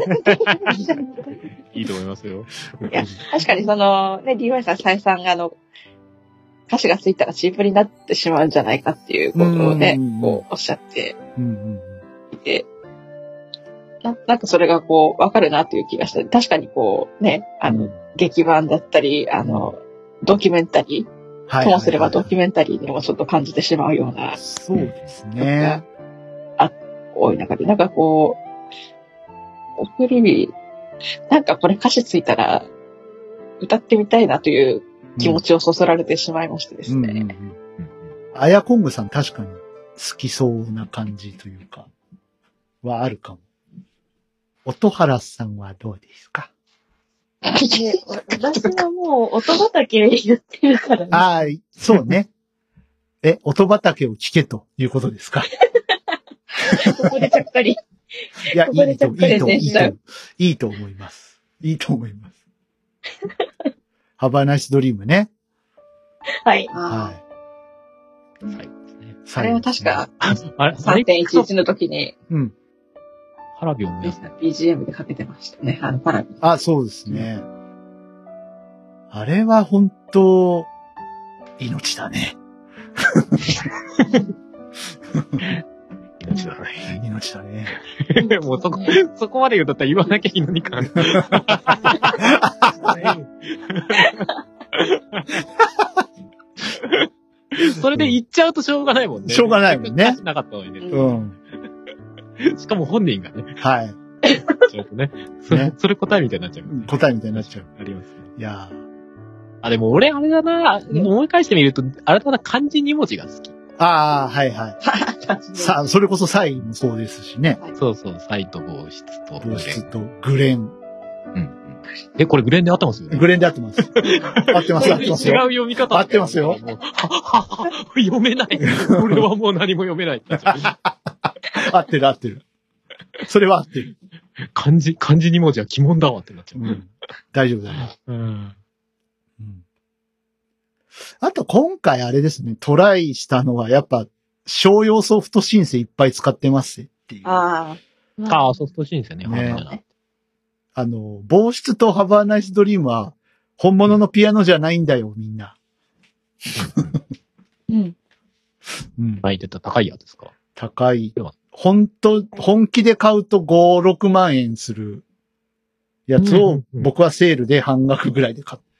いいと思いますよ。 いや、確かにその、ね、ディーワイ さん再三があの、歌詞がついたらチープになってしまうんじゃないかっていうことをね、こう、おっしゃっていて、な、なんかそれがこう、わかるなっていう気がして、確かにこう、ね、あの、うん、劇版だったり、あの、ドキュメンタリー、ともすればドキュメンタリーにもちょっと感じてしまうような。 そうですね。 あ、多い中で、なんかこう、送り火、なんかこれ歌詞ついたら、歌ってみたいなという気持ちをそそられてしまいましてですね。うんうんうん、 アヤコングさん確かに好きそうな感じというか、はあるかも。音原さんはどうですか？ ね、私はもう音畑で言ってるからね。 ああ、そうね。え、音畑を聞けということですか？ ここでちゃっかり。 いや、いいと、いいと、いいと、いいと思います。いいと思います。ハバナイスドリームね。 はい。 はい。 はい。あれは確か、 あれさんてんいちいち の時に、 うん。 パラビオンね。 ビージーエム でかけてましたね。あの、パラビオン。 あ、そうですね。あれは本当、命だね。 命だね。 命だね。 もうそこ、そこまで言うんだったら言わなきゃいいのにか。それで言っちゃうとしょうがないもんね。 しょうがないもんね。 なかったのにね。 うん。 しかも本人がね。 はい。 ちょっとね。それ、ね、それ答えみたいになっちゃう、ね。 答えみたいになっちゃう。 あります、ね。 いやー。 あ、でも俺あれだな、思い返してみると、あれだな、漢字に文字が好き。 ああ、はいはい。さあ、それこそサイもそうですしね。 そうそう、サイと防湿と。 防湿とグレン。 うん。え、これグレンで合ってますよね？ グレンで合ってます。合ってます、合ってますよ。 違う読み方。 合ってますよ。 ははは読めない。俺はもう何も読めない。 合ってる合ってる。それは合ってる。 漢字、漢字に文字は鬼門だわってなっちゃう。うん、 大丈夫大丈夫。 うん。 うん、あと今回あれですね、トライしたのはやっぱ商用ソフトシンセいっぱい使ってますっていう。 ああ。ああ、ソフトシンセね。 ね、あの、防湿とハバーナイスドリームは本物のピアノじゃないんだよ、みんな。 うん。 うん。 巻いてた高いやつですか？ 高い。本当、本気で買うとご、ろくまんえんするやつを僕はセールで半額ぐらいで買って。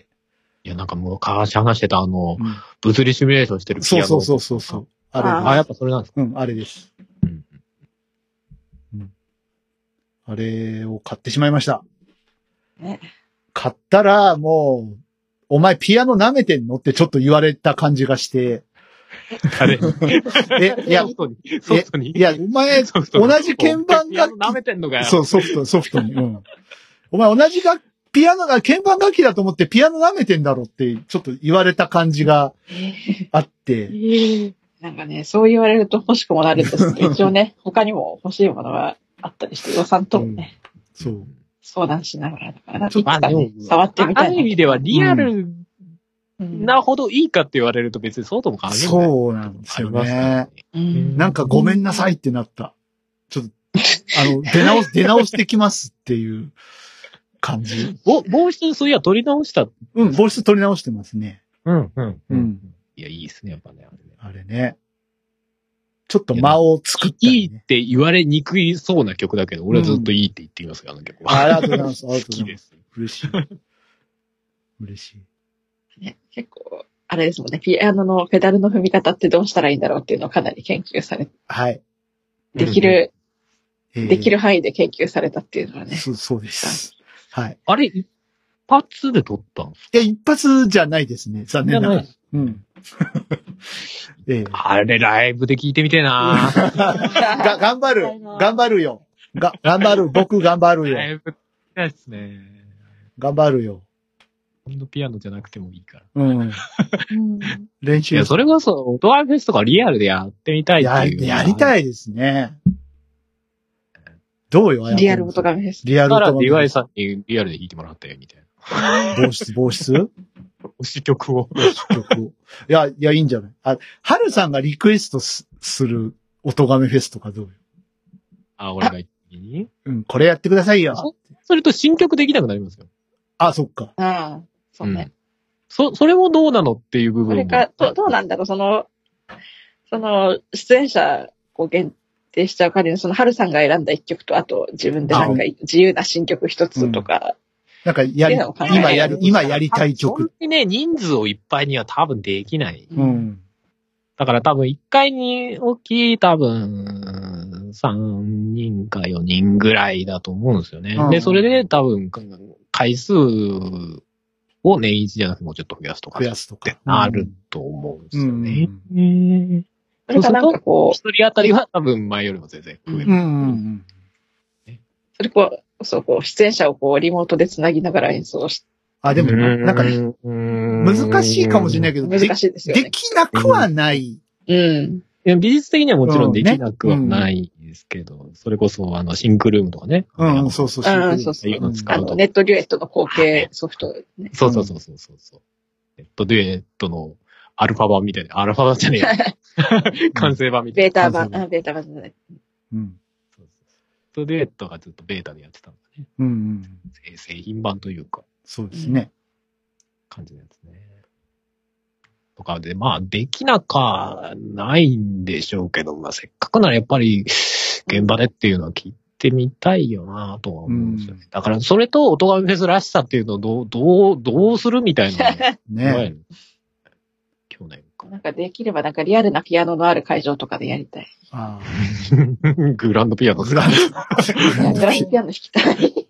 いや、なんかもう、昔話してたあの、うん、物理シミュレーションしてるピアノ。 そうそうそうそう。 あれあ、やっぱそれなんですか？ うん、あれです。うんうん。あれを買ってしまいました。 ね。 買ったら、もう、お前ピアノ舐めてんのってちょっと言われた感じがして。 あれえ、いや、 ソフトに。ソフトに。 いや、お前、同じ鍵盤楽器。 舐めてんのかよ。 そう、ソフト、ソフトに。うん。お前同じ楽ピアノが鍵盤楽器だと思ってピアノ舐めてんだろってちょっと言われた感じがあって。えー、なんかね、そう言われると欲しくもなるんですけど、一応ね、他にも欲しいものがあったりして、予算ともね、 うん、そう。 相談しながらだから、ちょっと、ね、触ってみたいな。 ある意味ではリアルなほどいいかって言われると別にそうとも限らない。 そうなんですよね。うん、なんかごめんなさいってなった。ちょっと、あの、出直す、出直してきますっていう感じ。 お、防湿そういや取り直した。 うん、防湿取り直してますね。 うん、うん、うん。いや、いいですね、やっぱね。 あれね。ちょっと間を作った、ね。 いいって言われにくいそうな曲だけど、俺はずっといいって言っていますよ、あの曲は。 ありがとうございます。ありがとうございます。 好きです。 嬉しい。嬉しい。 ね、結構、あれですもんね、ピアノのペダルの踏み方ってどうしたらいいんだろうっていうのをかなり研究されて。 はい。 できる、うん、できる範囲で研究されたっていうのはね。 そう、そうです。はい。 あれ、一発で撮ったんですか？ いや、一発じゃないですね。残念ながら。うん。 ええ、あれ、ライブで聞いてみてえなが、頑張る。頑張るよ。が、頑張る。僕頑張るよ。 ライブですね。 頑張るよ。 今度ピアノじゃなくてもいいから。 うん。練習。 いや、それこそ、オトガメフェスとかリアルでやってみたいっていう。 や、やりたいですね。どうよ、 リアルオトガメフェス。 リアルオトガメフェス。だからディーワイ さんにリアルで弾いてもらって、みたいな。防湿、防湿推し曲を。 推し曲を。いや、いや、いいんじゃないあ、はるさんがリクエスト す, するオトガメフェスとかどうよ。 あ、俺が言ってにうん、これやってくださいよ。 そ, それと新曲できなくなりますよ。 あ、そっか。 ああ、そうね、うん。 そ、それもどうなのっていう部分も。 それか、ど, どうなんだろう、その、その、出演者を限定しちゃう限り、その、はるさんが選んだ一曲と、あと、自分でなんか自由な新曲一つとか、 うん、なんか、やり、今やる、今やりたい曲。 そんなにね、人数をいっぱいには多分できない。 うん。 だから多分いっかいに大きい多分さんにんかよにんぐらいだと思うんですよね。うん、で、それで多分回数を年一じゃなくてもうちょっと増やすとか。 増やすとか。 ってなると思うんですよね。 うん。 それかなんかこう。 一人当たりは多分前よりも全然増える。 うん。 それこう、そうこう、出演者をこう、リモートで繋ぎながら演奏して。 あ、でも、なんか、難しいかもしれないけど、 難しいですよね。 できなくはない。 うん。 美術的にはもちろんできなくはないですけど、うんね、それこそ、あの、シンクルームとかね。 うん、そうそうそう。 うん、そうそう。あの、ネットデュエットの後継ソフト、ね。 そうそうそうそうそう。ネットデュエットのアルファ版みたいな、アルファ版じゃねえや。完成版みたいな。 ベータ版、あ、ベータ版じゃない。 うん。 そうそう。ネットデュエットがずっとベータでやってたんだね。 うん、うん。 製品版というか。 そうですね。 感じのやつね。とかで、まあ、できなかないんでしょうけど、まあ、せっかくならやっぱり、現場でっていうのは聞いてみたいよなとは思うんですよね。うん、だから、それと、オトガメフェスらしさっていうのをどう、どう、どうするみたいな。 ね。 去年か。 なんかできれば、なんかリアルなピアノのある会場とかでやりたい。 あグランドピアノ。 グランド。 グランドピアノ弾きたい。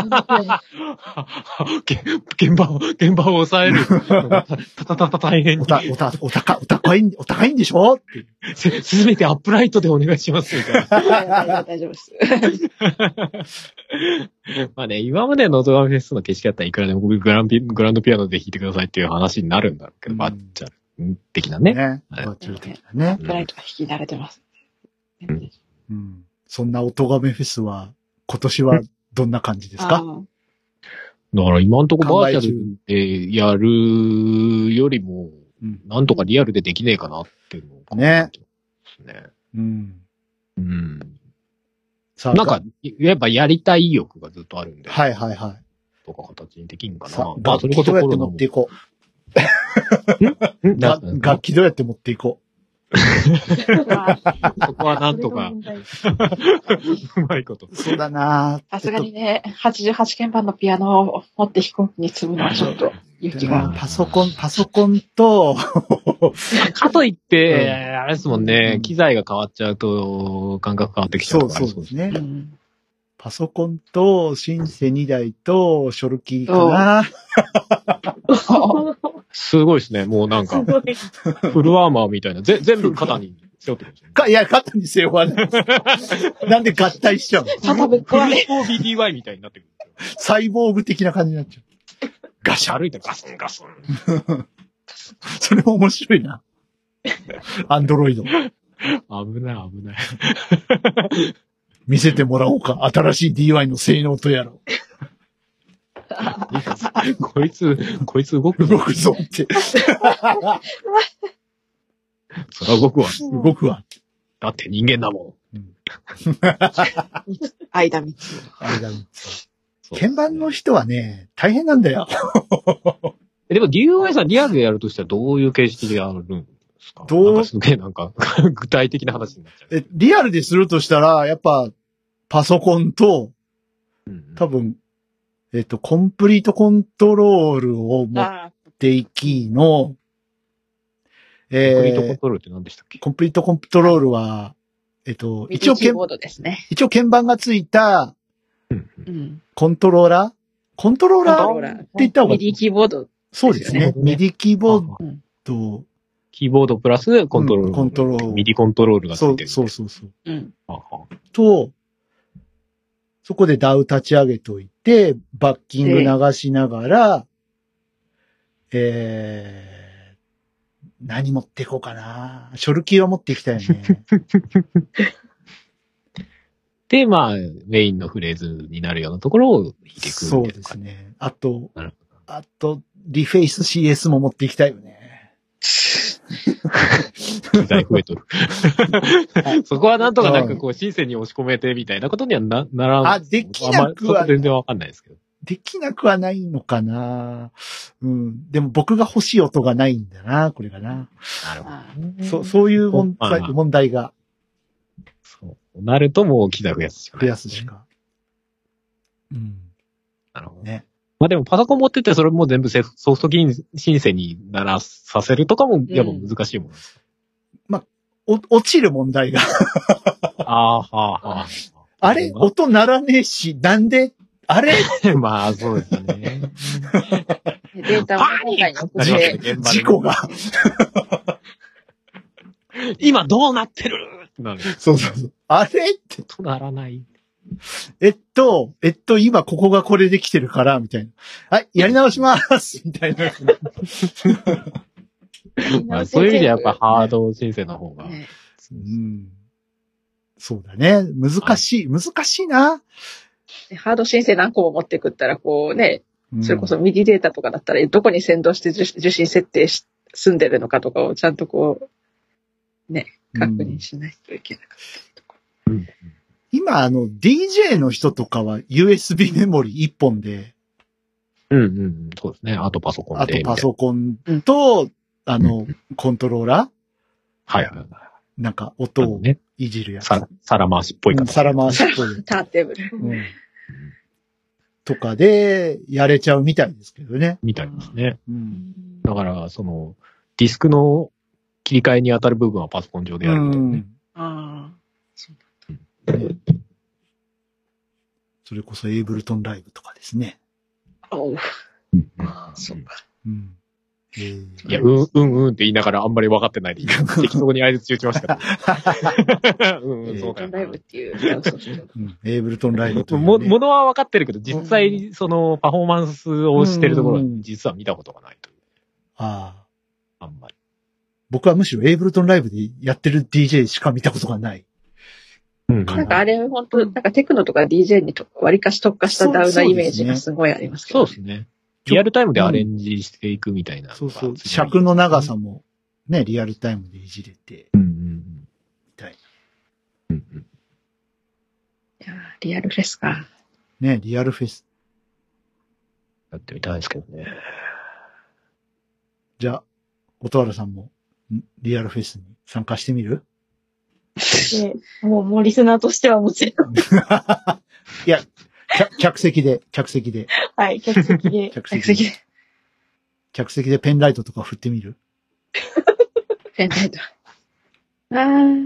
現場を、現場を抑える。たたたた大変に。 おた、おた、お高い、お高い、お高いんでしょせ、すべてアップライトでお願いしますみたいな。大丈夫です。 まあね、今までのオトガメフェスの景色だったらいくらでもグランピ、グランドピアノで弾いてくださいっていう話になるんだろうけど、バッチャル的なね。 ね。バッチャル的なね。 アップライトが弾き慣れてます。 うんうん、そんなオトガメフェスは、今年はどんな感じですか？ だから今んとこバーチャルでやるよりも、なんとかリアルでできねえかなっていうのを考えてますね。 うん。 うん。なんか、やっぱやりたい意欲がずっとあるんで。 はいはいはい。 とか形にできんかな。 楽器どうやって持っていこう。楽器どうやって持っていこう。 そこはなんとか、うまいこと。 そうだなさすがにね、はちじゅうはちけんばんのピアノを持って飛行機に積むのはちょっと勇気が。 パソコン、パソコンと、 かといって、うん、あれですもんね、うん、機材が変わっちゃうと感覚変わってきちゃうから。 そうそうですね。うん、パソコンとシンセにだいとショルキーかな。 すごいですね。もうなんか、フルアーマーみたいな。ぜ、全部肩に背負ってるんですよ、ね。 か、いや、肩に背負わない。なんで合体しちゃうの？ 肩ぶっ壊れ。 フル ビーディーワイ みたいになってくるんですよ。サイボーグ的な感じになっちゃう。ガシャ歩いてガスンガスン。 それも面白いな。アンドロイド。 危ない危ない。 見せてもらおうか。新しい ディーワイ の性能とやら。 こいつ、こいつ動く動くぞって。 そら動くわ。 動くわ。 だって人間だもん。うん、 間三つ。 間三つ。鍵盤の人はね、大変なんだよ。 でも ディーワイ さんリアルでやるとしたらどういう形式でやるんですか？どうなんかすげえなんか具体的な話になっちゃう。 え、リアルでするとしたら、やっぱ、パソコンと、うん、多分、えっと、コンプリートコントロールを持っていきの、 えー、コンプリートコントロールって何でしたっけ？ コンプリートコントロールは、えっと、 一応、キーボードですね。 一応鍵盤がついた、 うん、 コントローラーコントローラーって言った方がいい。 ミディキーボード、ね。 そうですね。ミディキーボード。 キーボードプラスコントロール。 うん、コントロール。 ミディコントロールがついてる。 そうそうそうそう。 うん。 と、そこでダウ立ち上げといて、バッキング流しながら、 えー、何持っていこうかな。ショルキーは持っていきたいよね。 で、まあ、メインのフレーズになるようなところを弾いていく。 そうですね。あと、あと、リフェイス シーエス も持っていきたいよね。 機材増えとる。そこはなんとかなんかこう、シンセに押し込めてみたいなことにはな、ならん。 あ、できなくは、 あんま全然わかんないですけど。 できなくはないのかな。うん。でも僕が欲しい音がないんだな、これがな。 なるほど。 そう、そういう問題、問題が。 そう。なるともう機材増やすしかない、 増やすしか。うん。 なるほどね。 まあでもパソコン持っててそれも全部ソフト申請にならさせるとかもやっぱ難しいもんです、 うん、まあ、お、落ちる問題が。 ああ、はあ、はあ。 あれ音鳴らねえし、なんであれまあそうですね。 データを今回に送って、 事故が。 今どうなってるってなる。 そうそうそう。あれって。 とならない。 えっと、えっと、今ここがこれできてるから、みたいな。はい、やり直しますみたいな。 まあ、そういう意味でやっぱハード申請の方が、 ね。うん。そうだね。難しい。難しいな。 ハード申請何個も持ってくったら、こうね、それこそミディデータとかだったら、どこに先導して受信設定し、済んでるのかとかをちゃんとこう、ね、確認しないといけなかったりとか。 うん、今、あの、ディージェー の人とかは ユーエスビー メモリ一本で。 うんうん、そうですね。あとパソコンで。 あとパソコンと、うん、あの、コントローラーはいはいはい。 なんか、音をいじるやつ。 ね、皿回しっぽい形。皿回しっぽい。 ターンテーブル。 うんとかで、やれちゃうみたいですけどね。 みたいですね。 うん、 だから、その、ディスクの切り替えに当たる部分はパソコン上でやるみたいなね。うん、 ああ、そうだった、ね。それこそエイブルトンライブとかですね。 おう。 うん、 そうか。 うんえー、いや、うん、うん、うんって言いながらあんまり分かってないで、適当に相槌打ちましたけど。うん、うん、そうだよ。 ライブっていう。 うん、エイブルトンライブという、ね。 も、ものは分かってるけど、実際、その、パフォーマンスをしてるところは、実は見たことがないという。 ああ。あんまり。 僕はむしろエイブルトンライブでやってる ディージェー しか見たことがない。 うん、なんかあれ、本当なんかテクノとか ディージェー にと割かし特化したダウナイメージがすごいありますけど、ね。 そうですね。リアルタイムでアレンジしていくみたいな、うん。 そうそう。尺の長さもね、リアルタイムでいじれて。 うんうんうん。みたいな。 うんうん。 いやリアルフェスか。 ね、リアルフェス。 やってみたいですけどね。 じゃあ、音原さんもリアルフェスに参加してみる？ ね、もう、もうリスナーとしてはもちろん。 いや、客席で、客席で。 はい、客席で。 客席で。客席でペンライトとか振ってみる？ ペンライト。あー。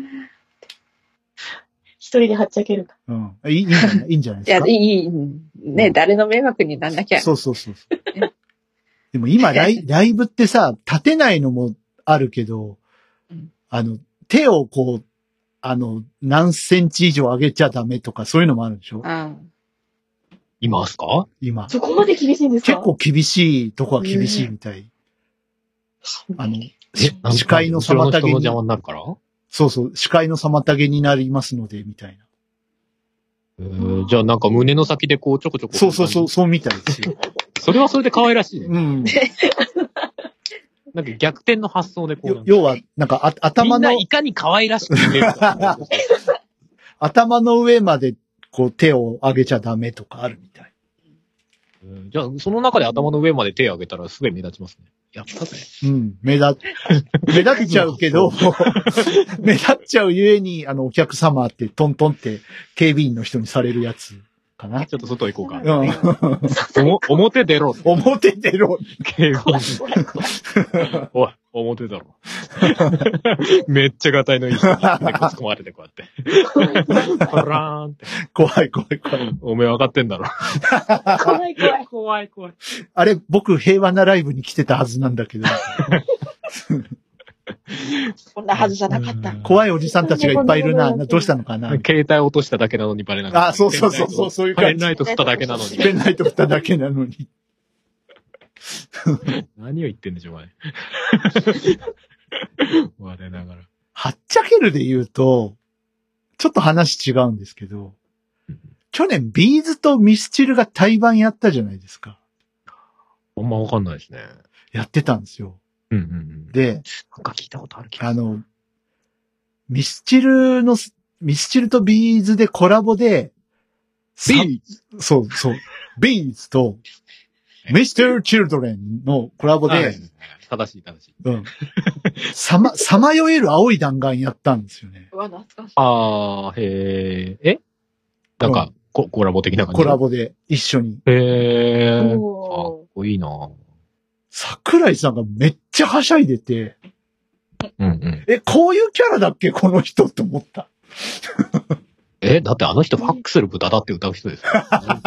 一人ではっちゃけるか。 うん。いい、いいんじゃない、いいんじゃないですか。 いや、いい、ね、うん、誰の迷惑になんなきゃ。 そうそうそう。でも今ライ、ライブってさ、立てないのもあるけど、うん、あの、手をこう、あの、何センチ以上上げちゃダメとか、そういうのもあるんでしょ？ あ今ですか？ 今。 そこまで厳しいんですか？ 結構厳しいとこは厳しいみたい。あの、視界の妨げに。 の邪魔になるから？ そうそう、視界の妨げになりますので、みたいな。 えー、じゃあなんか胸の先でこうちょこちょこ。 そうそうそう、そうみたいですよ。 それはそれで可愛らしいね。 うん。 なんか逆転の発想でこう。 要は、なんかあ頭の。 みんないかに可愛らしく見えるか。 頭の上までこう手を上げちゃダメとかあるみたい。 うん、じゃあ、その中で頭の上まで手を上げたらすごい目立ちますね。やったぜ。 うん、目立、目立っちゃうけど、目立っちゃうゆえに、あの、お客様ってトントンって警備員の人にされるやつかな。 ちょっと外行こうか。 うん。 お表出ろ。 表出ろ。 警備員。おい、表だろ。めっちゃガタイのいい人に突っ込まれてこうやって。パラーンって。 怖い怖い怖い。 おめえ分かってんだろ。 怖い怖い怖い怖い。 あれ、僕平和なライブに来てたはずなんだけど。 こんなはずじゃなかった。 怖いおじさんたちがいっぱいいるな。どうしたのかな。 携帯落としただけなのにバレなかった。 あ、そうそうそうそう、そういう感じ。 ペンライト振っただけなのに。 ペンライト振っただけなのに。 何を言ってんでしょうかね。我ながら。 はっちゃけるで言うと、ちょっと話違うんですけど、去年ビーズとミスチルが対バンやったじゃないですか。 あんまわかんないですね。 やってたんですよ。 うんうんうん。 で、 なんか聞いたことある気がする。 あの、ミスチルの、ミスチルとビーズでコラボで、 ビーズそうそう。ビーズと、ミスター・チルドレンのコラボで、 正しい正しい。 うん。さま、さまよえる青い弾丸やったんですよね。 うわ、懐かしい。 あー、へー。えなんか、コ, コラボ的な感じ。 コラボで一緒に。 へー。かっこいいな。 桜井さんがめっちゃはしゃいでて、 うんうん。 え、こういうキャラだっけこの人って思った。 え、だってあの人ファックする豚だって歌う人ですよ。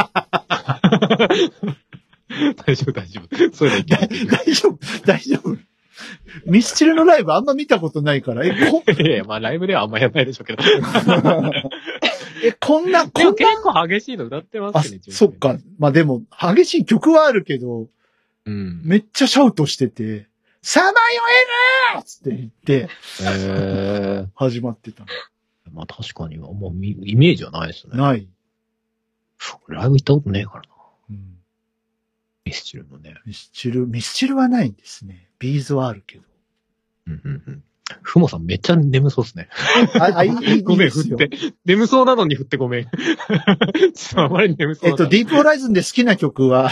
大丈夫大丈夫。それで大丈夫大丈夫。ミスチルのライブあんま見たことないから、え、こ、 いやいや、まあライブではあんまやらないでしょうけど。 え、こんな、こんな。 結構激しいの歌ってますね。 あ、そっか。まあでも、激しい曲はあるけど、 うん、 めっちゃシャウトしてて、さまよえるーつって言って、 えー、 始まってた。 まあ確かには、もうイメージはないですね。 ない。 ライブ行ったことねえからな。 うん、 ミスチルのね。 ミスチル、ミスチルはないんですね。ビーズはあるけど。 うんうんうん。ふもさんめっちゃ眠そうっすね。 あ、あ、いい、 ごめん、振って。眠そうなのに振ってごめん。ちょっとあまり眠そうえっと、ディープホライズンで好きな曲は、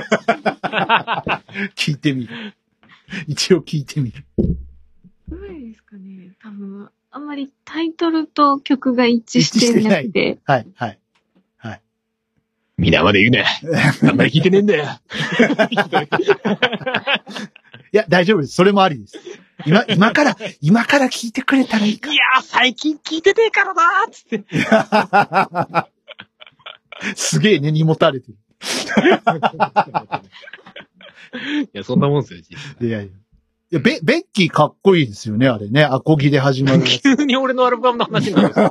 聞いてみる。一応聞いてみる。 どれですかね多分、あんまりタイトルと曲が一致してなくて。 はい、はい。はい。 皆まで言うね。あんまり聞いてねえんだよ。 いや、大丈夫です。それもありです。今、今から、今から聞いてくれたらいいか。 いやー、最近聞いてねえからなーつって。 すげえ根に持たれてる。 いや、そんなもんですよ、 いやいや。いや、ベ、ベッキーかっこいいですよね、あれね。アコギで始まるやつ。 急に俺のアルバムの話になるんです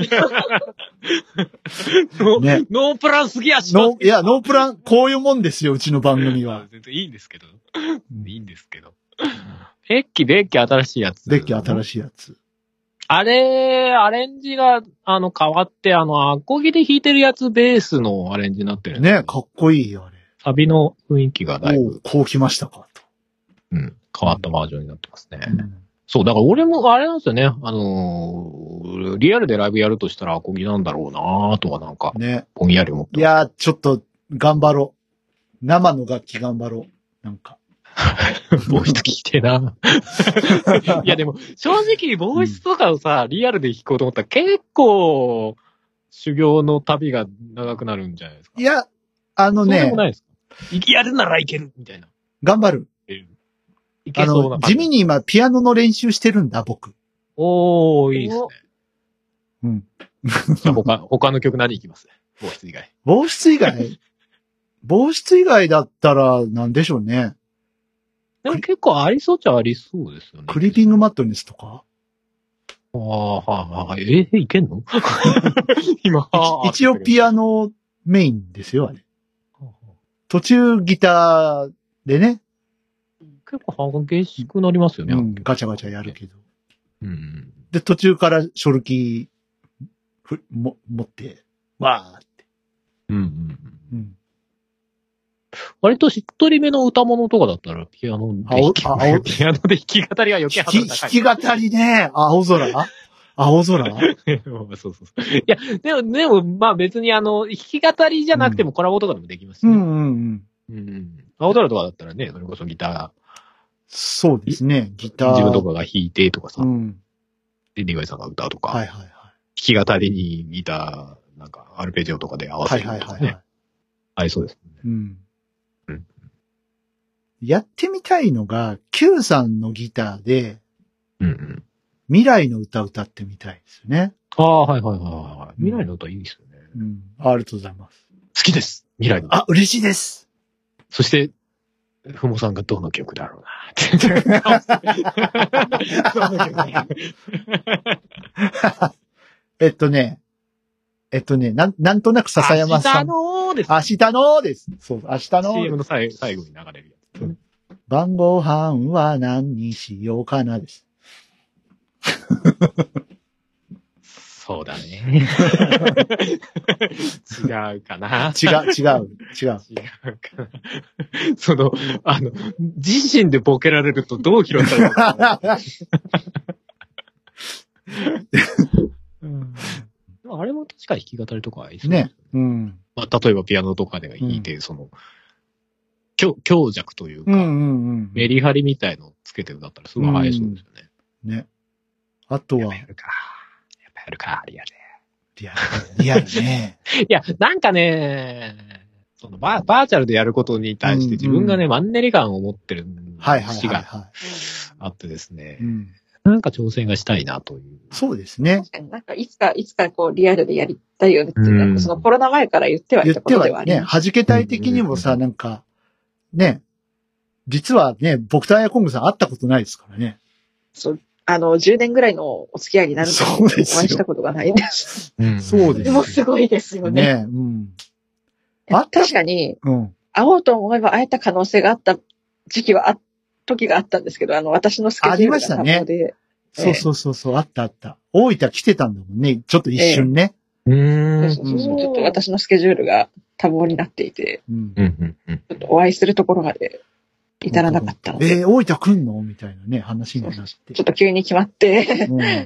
ノ, ね、ノープランすぎやしノいや、ノープラン、こういうもんですよ、うちの番組は。 全然いいんですけど。いいんですけど。ベッキー、ベッキー新しいやつ。 ベッキー新しいやつ。 あれ、アレンジが、あの、変わって、あの、アコギで弾いてるやつベースのアレンジになってるんですね。かっこいいよ、あれ。 サビの雰囲気がだいぶ。 こう来ましたかと。 うん。変わったバージョンになってますね。うん、そう、だから俺もあれなんですよね。あのー、リアルでライブやるとしたらアコギなんだろうなぁとはなんか、 ね。 ぼんやり思って。 いやー、ちょっと、頑張ろう。生の楽器頑張ろう。なんか。 ボイス聞いてな。いやでも、正直、ボイスとかをさ、うん、リアルで弾こうと思ったら結構、修行の旅が長くなるんじゃないですか。 いや、あのね。 そうでもないですか。やるならいけるみたいな。 頑張る。 いけそうな感じ。 地味に今、ピアノの練習してるんだ、僕。 おー、いいですね。 うん。 じゃあ他、他の曲何いきます防湿以外。 防湿以外防湿以外だったら、なんでしょうね。 でも結構ありそうっちゃありそうですよね。 クリーピングマットネスとかああ、はいはい。えー、いけんの今一応ピアノメインですよ、あれ。途中ギターでね。 結構激しくなりますよね。 うん、ガチャガチャやるけど。 うん。 で、途中からショルキーふも持って、わーって。 うんうん。うん割としっとりめの歌物とかだったら、ピアノで弾き、ピアノで弾き語りは余計ハードル高い。 弾き語りね。青空青空そうそうそう。いや、でも、でも、まあ別にあの、弾き語りじゃなくてもコラボとかでもできますしね。 うんうんうん。 うん。青空とかだったらね、それこそギター。 そうですね、ギター。 自分とかが弾いてとかさ。 うん。 で、ディガイさんが歌うとか。 はいはいはい。弾き語りにギター、なんか、アルペジオとかで合わせるとか、ね。はいはいはい、はい。合いそうですね。 うん。うん。やってみたいのが、Q さんのギターで、 うんうん。 未来の歌歌ってみたいですよね。 ああ、はいはいはいはい。未来の歌いいですよね。 うん。ありがとうございます。 好きです。未来の。 あ、嬉しいです。 そして、ふもさんがどの曲だろうなって。どの曲だろうえっとね、えっとね、なん、なんとなく笹山さん。 明日のーです。 明日のーです。そう、明日のー。 シーエム の最最後に流れるやつ。 晩ご飯は何にしようかなです。 そうだね。違うかな。 違う、違う、違う。違うかな。 その、あの、自身でボケられるとどう拾ったらいいのかな。うん、あれも確か弾き語りとかいいですね。 ね。うん。 まあ、例えばピアノとかで弾いて、うん、その、強、強弱というか、 うんうんうん、 メリハリみたいのをつけてるんだったらすごい映えそうですよね。 うん、ね。あとは。 やっぱやるか。やっぱやるか、リアルで。 リアル、リアルね。 いや、なんかね、そのバー、バーチャルでやることに対して自分がね、うんうん、マンネリ感を持ってる節があってですね、うん、なんか挑戦がしたいなという。 そうですね。 確かになんかいつか、いつかこうリアルでやりたいよねっていうのは、うん、そのコロナ前から言ってはいたことではあります。 言ってはね、弾けたい的にもさ、なんか、ね、実はね、僕とアヤコングさん会ったことないですからね。 そう。あの、じゅうねんぐらいのお付き合いになるとお会いしたことがないんです。 うん、そうです。 でもすごいですよね。 ね、うん。 あ確かに、うん、会おうと思えば会えた可能性があった時期はあ、時があったんですけど、あの、私のスケジュールが多忙で。ありましたね。 そうそうそうそう、あったあった。大分来てたんだもんね。ちょっと一瞬ね。 えー、うーん。そうそうそう。ちょっと私のスケジュールが多忙になっていて、うん、ちょっとお会いするところまで至らなかったので。 えー、大分来んのみたいなね、話になって。 ちょっと急に決まって。うん。うんうんうん。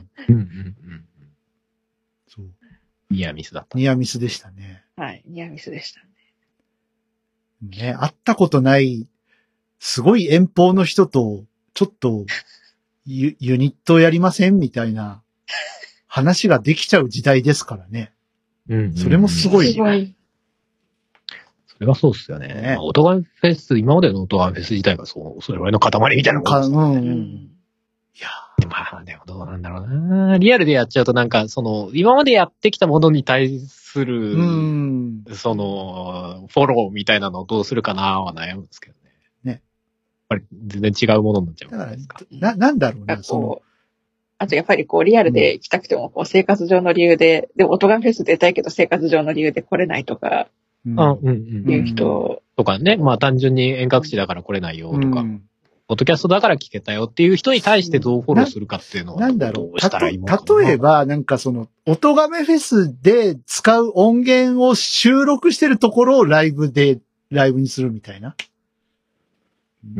そう。 ニアミスだった。 ニアミスでしたね。 はい、ニアミスでしたね。 ね、会ったことない、すごい遠方の人と、ちょっと、ユ、ユニットやりませんみたいな話ができちゃう時代ですからね。うん。それもすごい。すごい。 それはそうっすよね。ね、まあ、オトガメフェス、今までのオトガメフェス自体がそう、それぐらいの塊みたいなもんです、ね。うんうん。いやー。まあ、でもどうなんだろうな。リアルでやっちゃうとなんか、その、今までやってきたものに対する、うん、その、フォローみたいなのをどうするかなは悩むんですけどね。ね。やっぱり全然違うものになっちゃうじゃないですか。 な、なんだろうな、その。 あとやっぱりこうリアルで行きたくてもこう生活上の理由で、でもオトガメフェス出たいけど生活上の理由で来れないとか、うん、いう人、 とかね、まあ単純に遠隔地だから来れないよとか、うん、ポッドキャストだから聞けたよっていう人に対してどうフォローするかっていうのは、 なんだろう、たと、例えばなんかその、オトガメフェスで使う音源を収録してるところをライブで、ライブにするみたいな。 うん。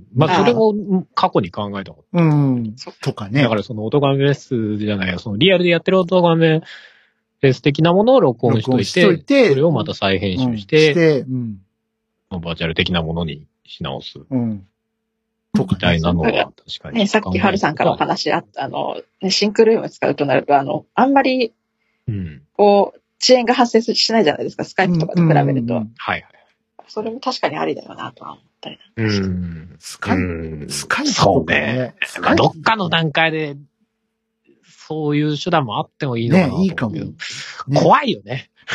まあ、それも過去に考えたこと。 うん。とかね。 だからそのオトガメフェスじゃないよ、そのリアルでやってるオトガメフェス的なものを録音しといて、しといてそれをまた再編集して、うん、して、うん。バーチャル的なものにし直す。うん。とかみたいなのは確かに。 ね、さっきハルさんからお話あった、あの、ね、シンクルームを使うとなると、あの、あんまり、うん。こう、遅延が発生しないじゃないですか、スカイプとかと比べると。うんうんうん、はいはい。それも確かにありだよなとは思ったりなんですけど。うん。 スカイプ、スカイプとかね。まあ、どっかの段階で、そういう手段もあってもいいのかなと思うけど。ね、いいかも。ね、怖いよね。うん、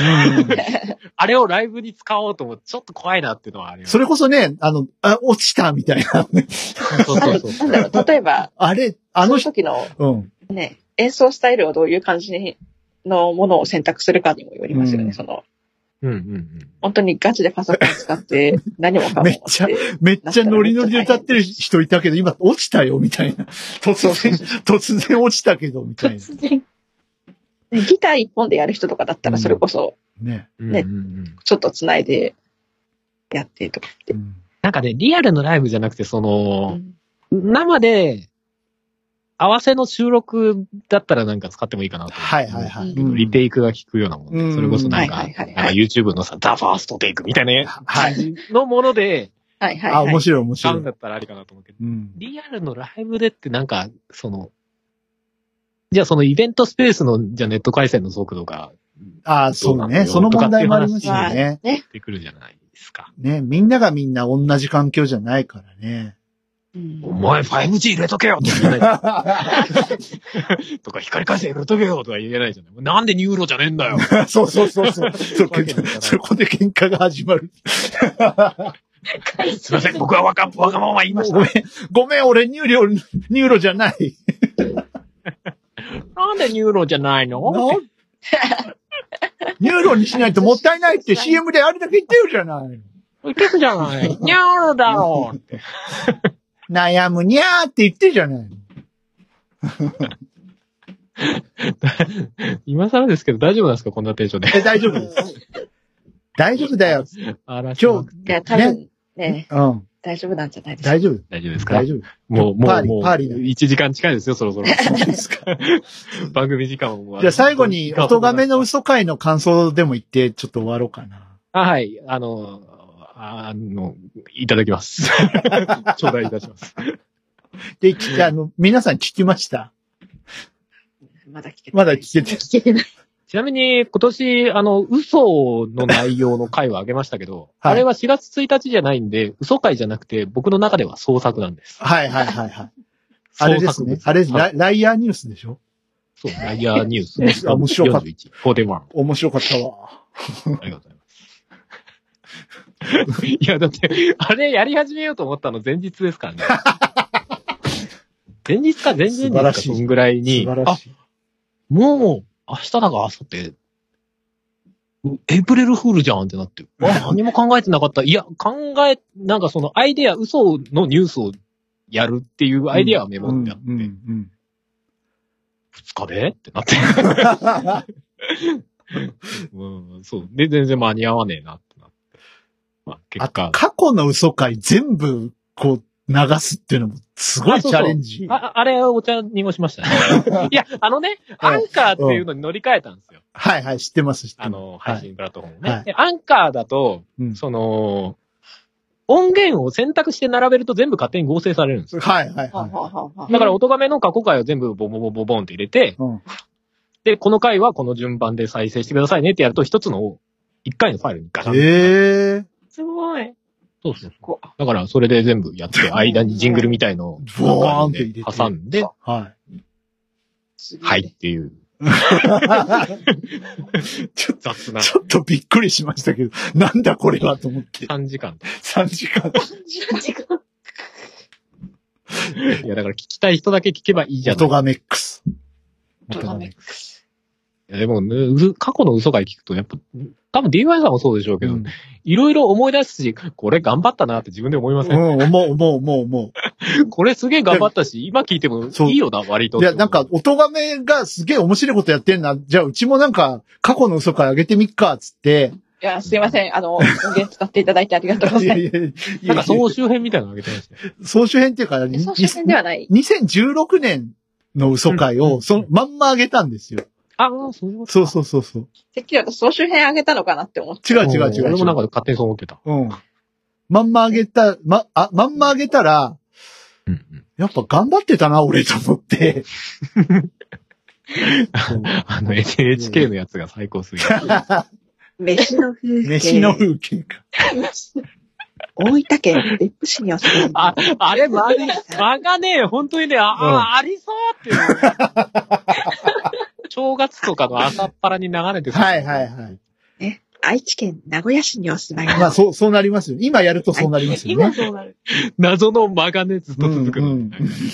あれをライブに使おうと思って、ちょっと怖いなっていうのはあります。 それこそね、あの、あ、落ちたみたいな。 そうそうそう。なんだろう、例えば、 あれ、あの時の、うん、ね、演奏スタイルをどういう感じのものを選択するかにもよりますよね、うん、その。うんうんうん、本当にガチでパソコン使って何もかもめっちゃ、めっちゃノリノリで歌ってる人いたけど、今落ちたよ、みたいな。突然、突然落ちたけど、みたいな。突然。 ギター一本でやる人とかだったら、それこそ、うん、ね、ね、うんうん、ちょっと繋いでやってとかって、うん。 なんかね、リアルのライブじゃなくて、その、うん、生で、合わせの収録だったらなんか使ってもいいかなと。 はいはいはい。 リテイクが効くようなもので、うん、それこそなんか、はいはいはいはい、なんか YouTube のさ、ザ・ファーストテイクみたいな感じのもので、 はいはいはい。あ、 面白い面白い。 使うんだったらありかなと思うけど、うん、リアルのライブでってなんか、その、じゃあそのイベントスペースの、じゃあネット回線の速度が、 ああ、そうね。その問題もありますよね。 ね。ってくるじゃないですか。 ね、みんながみんな同じ環境じゃないからね。 お前 ファイブジー 入れとけよとか言えないとか光回線入れとけよとか言えないじゃない。なんでニューロじゃねえんだよ。 そうそうそうそう。そこで喧嘩が始まる。 すいません、僕はわか、わがまま言いました。 ごめん、ごめん、俺ニューロ、ニューロじゃない。 なんでニューロじゃないのニューロにしないともったいないって シーエム であれだけ言ってるじゃない。 キスじゃない。にゃーだろうって。 悩むにゃーって言ってるじゃない。 今更ですけど大丈夫なんですかこんなテンションで。 え、大丈夫です。大丈夫だよ。 あら、 今日、いや、多分ね、ねうん。 大丈夫なんじゃないですか。 大丈夫。 大丈夫ですか大丈夫。 もう、もう、 パーリー、 もう、 パーリーいちじかん近いですよ、そろそろ。そうですか。番組時間も。 じゃあ最後に、音亀の嘘会の感想でも言って、ちょっと終わろうかな。 あ、はい。あの、あの、いただきます。頂戴いたします。 で、じゃあ、あの、皆さん聞きました？ まだ聞けてない。 まだ聞けてない。 聞けてない。 ちなみに、今年、あの、嘘の内容の回はあげましたけど、はい、あれはしがつついたちじゃないんで、嘘回じゃなくて、僕の中では創作なんです。 はいはいはいはい。あれですね。あれです、ラ、ライアーニュースでしょ？ そう、ライアーニュース。 面白かった。よんじゅういち、 よんじゅういち。 面白かったわ。 ありがとうございます。いや、だって、あれやり始めようと思ったの前日ですからね。前日か前々日かそんぐらいに、あ、もう、明日だか明後日、エイプリルフールじゃんってなって、あ、何も考えてなかった。いや、考え、なんかそのアイデア、嘘のニュースをやるっていうアイデアはメモってあって、うんうんうん、ふつかでってなって。うん、そう。で、全然間に合わねえなってなって。まあ、結果。 あ、過去の嘘回全部、こう、流すっていうのも、すごいチャレンジ。 あ、そうそうあ、あれ、お茶濁しましたね。いや、あのね、アンカーっていうのに乗り換えたんですよ。 はいはい、知ってます、知ってます。 あの、配信プラットフォームね。 はい、 でアンカーだと、うん、その、音源を選択して並べると全部勝手に合成されるんですよ。 はいはいはい。だから、音亀の過去回を全部ボボボボボンって入れて、うん、で、この回はこの順番で再生してくださいねってやると、一つの、一回のファイルにガシャンって。 へー。 すごい。 そうそうそう。だから、それで全部やって、間にジングルみたいのを、 ボーンって入れて挟んで、 はい。 はいっていう。 ちょっと、雑な。ちょっとびっくりしましたけど、なんだこれはと思って。 さんじかん。 さんじかん。さんじかん。 いや、だから聞きたい人だけ聞けばいいじゃん。 音がメックス。 音がメックス。 いや、でも、ね、過去の嘘回聞くと、やっぱ、多分 ディーワイ さんもそうでしょうけど、いろいろ思い出すし、これ頑張ったなって自分で思いません？ うん、思う、思う、思う、思う。これすげえ頑張ったし、今聞いてもいいよな、割と。 いや、なんか、音亀がすげえ面白いことやってんな。じゃあ、うちもなんか、過去の嘘回上げてみっか、つって。 いや、すいません。あの、音源使っていただいてありがとうございます。いやいやいやなんか総集編みたいなの上げてましたね。 総集編っていうか、 総集編ではない。 にせんじゅうろくねんの嘘回を、そのまんま上げたんですよ。 ああ、そういうことそうそうそうそう。 てっきり私総集編上げたのかなって思って。 違う違う違う。 俺もなんか勝手にそう思ってた。 うん。まんま上げた、ま、あ、まんま上げたら、うんうん、やっぱ頑張ってたな、俺と思って。 あの エヌエイチケー のやつが最高すぎる。 飯の風景。 飯の風景か。 大分県別府市にお住まい。 あ、あれ、ま、間がね、本当にね、あ、うん、ありそうっていう。正月とかの朝っぱらに流れてる。 はいはいはい。 ね、愛知県名古屋市にお住まい。 まあ、そう、そうなりますよ。今やるとそうなりますよね。 今そうなる。 謎の間がね、ずっと続くの。うんうん、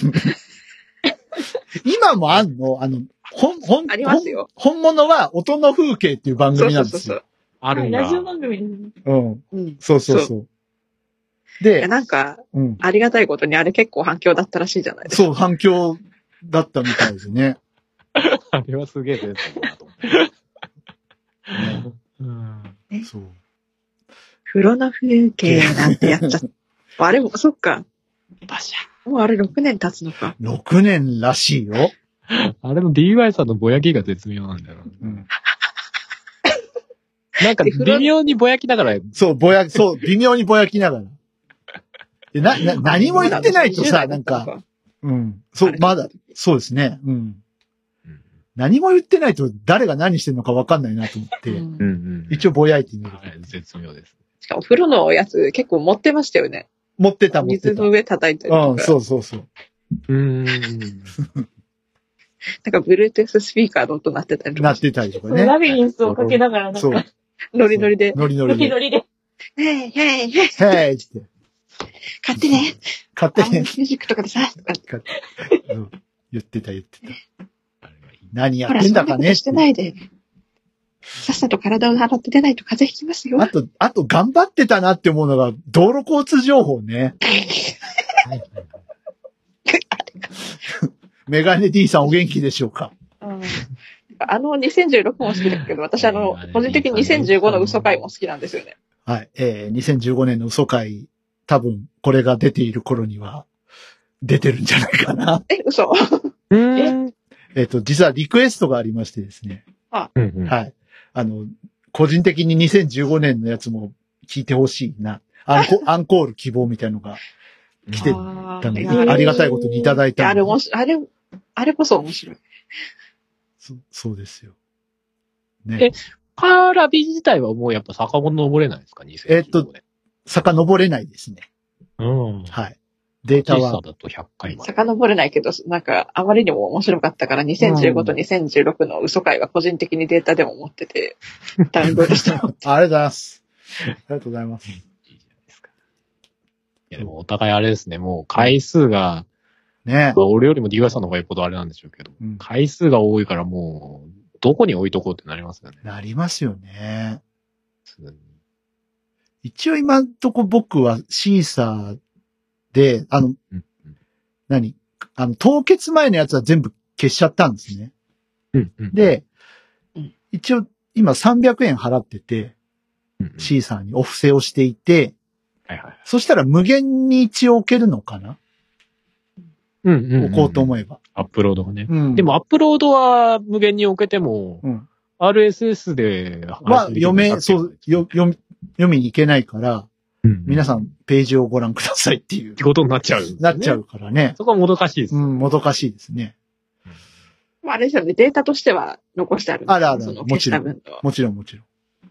今もあんのあの、ほん、ほん、 ありますよ。 本物は音の風景っていう番組なんですよ。そうそうそう。 あるんだ。 ラジオ番組ですね。 うん。うん。そうそうそう。で、 いやなんか、うん、ありがたいことにあれ結構反響だったらしいじゃないですか。 そう、反響だったみたいですね。 あれはすげえですなと思って。 ね、そう。風呂の風景なんてやっちゃった。あれも、そっか。バシャ。もうあれろくねん経つのか。 ろくねんらしいよ。 あれの ディーワイ さんのぼやきが絶妙なんだよな。うんなんか、微妙にぼやきながら。 そう、ぼや、そう、微妙にぼやきながら。でな、な、何も言ってないとさ、なんか、うん。そう、まだ、そうですね。うん。何も言ってないと誰が何してるのか分かんないなと思って、うんうん、一応ぼやいてみる。 絶妙です。 しかも、風呂のやつ結構持ってましたよね。 持ってた、持ってた。 水の上叩いてる。 うん、そうそうそう。 うーん。 なんか、Bluetooth スピーカーの音鳴ってたりとか。 鳴ってたりとかね。 ラビリンスをかけながらなんか。そう。 ノリノリで。 ノリノリで。 ノリノリで。 へいへいへい。 へいって。 買ってね。 買ってね。 ミュージックとかでさ、とか。 言ってた言ってた。何やってんだかね。 してないで。 さっさと体を洗って出ないと風邪ひきますよ。 あと、あと頑張ってたなって思うのが、道路交通情報ね。メガネ D さんお元気でしょうか？ うん、あのにせんじゅうろくも好きだけど、私あの、個人的ににせんじゅうごの嘘回も好きなんですよね。 はい。えー、にせんじゅうごねんの嘘回、多分、これが出ている頃には、出てるんじゃないかな。 え、嘘ええっと、実はリクエストがありましてですね。 あ、 はい。あの、個人的ににせんじゅうごねんのやつも聞いてほしいな。アンコアンコール希望みたいなのが来てたので、ありがたいことにいただいたので。 あれもし、あれ、あれこそ面白い。 そ、そうですよ。ね。 え、カーラビ自体はもうやっぱ遡れないですか？にせんじゅうごねん。えっと、 遡れないですね。 うん。 はい。データは。 だとひゃっかいまで。 遡れないけど、なんか、あまりにも面白かったから、にせんじゅうごとにせんじゅうろくの嘘回は個人的にデータでも持ってて、ダウンロードしてもらって。 ありがとうございます。ありがとうございます。いいじゃないですか。 いや、でもお互いあれですね、もう回数が、 ね、 俺よりも ディーワイ さんの方がよっぽどあれなんでしょうけど、うん、回数が多いからもう、どこに置いとこうってなりますよね。 なりますよね。一応今んとこ僕はシーサーで、あの、うんうん、何あの、凍結前のやつは全部消しちゃったんですね。 うんうん、 で、一応今さんびゃくえん払ってて、うんうん、シーサーにお布施をしていて、 はいはい、 そしたら無限に一応置けるのかな、 うんうんうんうん、 置こうと思えば。 アップロードがね。 うん、 でもアップロードは無限に置けても、うん、アールエスエス で、 まあ、読め、そう、よ、読み、読みに行けないから、うんうん、皆さんページをご覧くださいっていう。 ってことになっちゃう、ね。 なっちゃうからね。 そこはもどかしいです。 うん、もどかしいですね。 まあ、あれですよね、データとしては残してあるんです。 あるある、もちろん。もちろん、もちろん。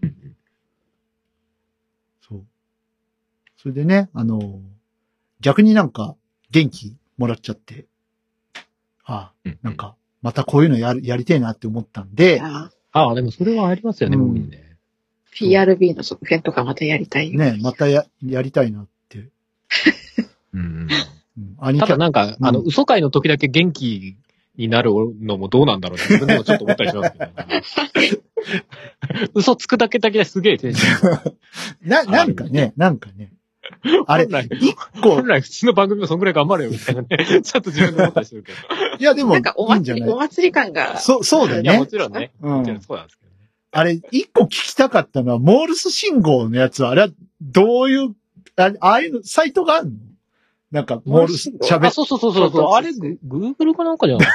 そう。それでね、あの、逆になんか元気もらっちゃって、ああ、なんか、またこういうのやる、やりたいなって思ったんで、 ああ、でもそれはありますよね、僕にね。 ピーアールビー の続編とかまたやりたいよね。またや、やりたいなって。 うんうん、ただなんか、うん、あの、嘘会の時だけ元気になるのもどうなんだろうって自分でもちょっと思ったりしますけど、ね。嘘つくだけだけすげえテンション。 な、なんかね、なんかね。あれ、一個。 本来普通の番組もそんぐらい頑張れよみたいなね。ちょっと自分で思ったりするけど。 いや、でも、 なんかお祭り、お祭り感が。 そう、そうだよね。いや、 もちろんね。うん。もちろんそうなんですけどね。 あれ、一個聞きたかったのは、モールス信号のやつは、あれは、どういう、あ, ああいうの、サイトがあるの？なんか、モールス、喋って。あ、そうそうそうそうそう。あれ、グーグルかなんかじゃない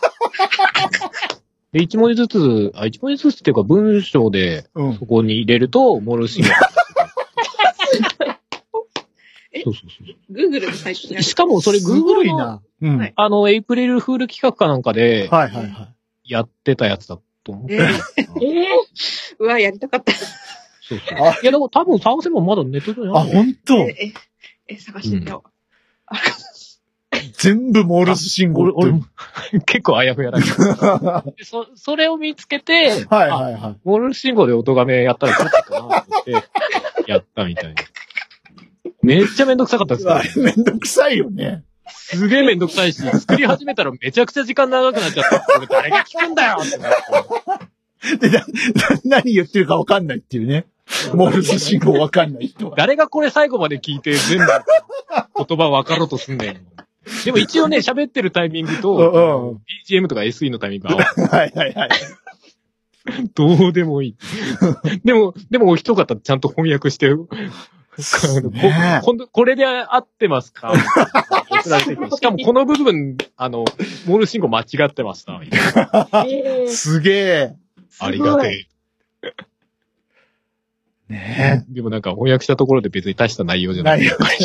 で、一文字ずつ、あ、一文字ずつっていうか文章で、そこに入れると、モールス信号。そうそうそう。 グーグルのサイトにしかもそれグーグルの、うん、 あの、エイプリルフール企画かなんかで、 はいはいはい。 やってたやつだと思って。えー、 えー、うわ、やりたかった。 そうそう。いや、でも多分探せばまだネットであ、ほんとえ、え、探してみよう。 うん、全部モールス信号。 俺も結構あやふやだけど。そ、それを見つけて、 はいはいはい。 モールス信号で音がめやったらどっちかなと思って、やったみたいな。めっちゃめんどくさかったですよ。 あれめんどくさいよね。 すげえめんどくさいし、作り始めたらめちゃくちゃ時間長くなっちゃった。これ誰が聞くんだよってなって。 で、な、何言ってるかわかんないっていうね。モールス信号わかんない人は。 誰がこれ最後まで聞いて全部言葉分かろうとすんねん。でも一応ね、喋ってるタイミングと、ビージーエム とか エスイー のタイミングが合わせはいはいはい。 どうでもいい。でも、でもお一方ちゃんと翻訳してる。 ね、 こ, これで合ってますかしかもこの部分、あの、モール信号間違ってました。 すげえ。 ありがてえ。 ねえ。でもなんか翻訳したところで別に大した内容じゃない。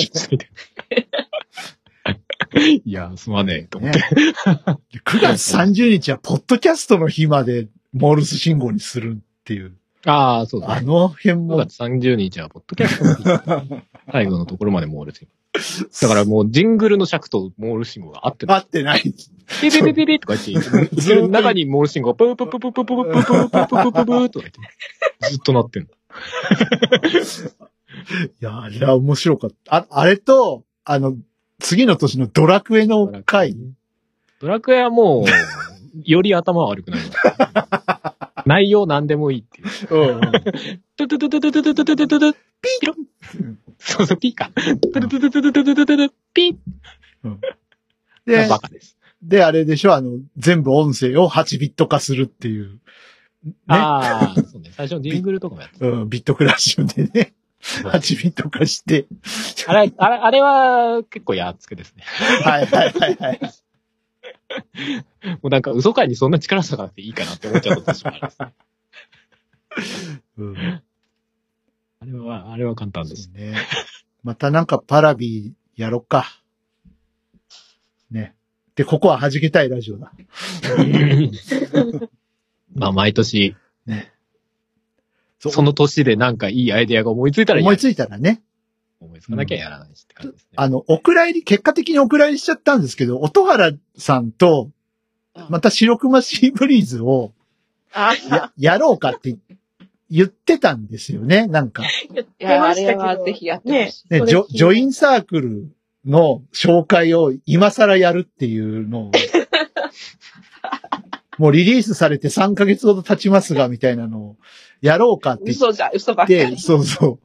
いや、すまねえ、と思って、ね。 くがつさんじゅうにちは、ポッドキャストの日までモールス信号にするっていう。 ああ、そうだ、ね。 あの辺も。 くがつさんじゅうにちは、ポッドキャストの日。最後のところまでモール信号。だからもう、ジングルの尺とモール信号が合ってない。 合ってない。 ピピピピピとか言って、中にモール信号、プープープープープープープープープープープープーとか言って、ずっと鳴ってんの。 いや、あれは面白かった。あ、あれと、あの、次の年のドラクエの回。 ドラクエはもう、より頭悪くなる。 内容なんでもいいっていう。うんうん。トゥトゥトゥトゥトゥトゥトゥトゥトゥトゥピロそうそう、ピーか。トゥトゥトゥトゥトゥトゥトゥトゥピーで、 バカです。 で、あれでしょ、あの、全部音声をはちビット化するっていう。 ね、ああ、そうね。最初のジングルとかもやってた。うん、ビットクラッシュでね。はちビット化して。 あれ、あれ、あれは結構やっつけですね。 はいはいはいはい。 もうなんか嘘会にそんな力差がなくていいかなって思っちゃった私もあるんですね。うん。あれは、あれは簡単ですね。またなんかパラビやろっか。ね。で、ここは弾けたいラジオだ。 まあ、毎年、ね。そ, その年でなんかいいアイデアが思いついたら思いついたらね。 思いつかなきゃやらないしって感じですね。 あの、お蔵入り、結果的にお蔵入りしちゃったんですけど、音原さんと、また白熊シーブリーズをや、やろうかって言ってたんですよね、なんか。 言ってましたけど。あれはぜひやってほしい。 ね、ジョ、ジョインサークルの紹介を今更やるっていうのを、もうリリースされてさんかげつほど経ちますが、みたいなのをやろうかって言って。 嘘じゃ、嘘ばっかり。 そうそう。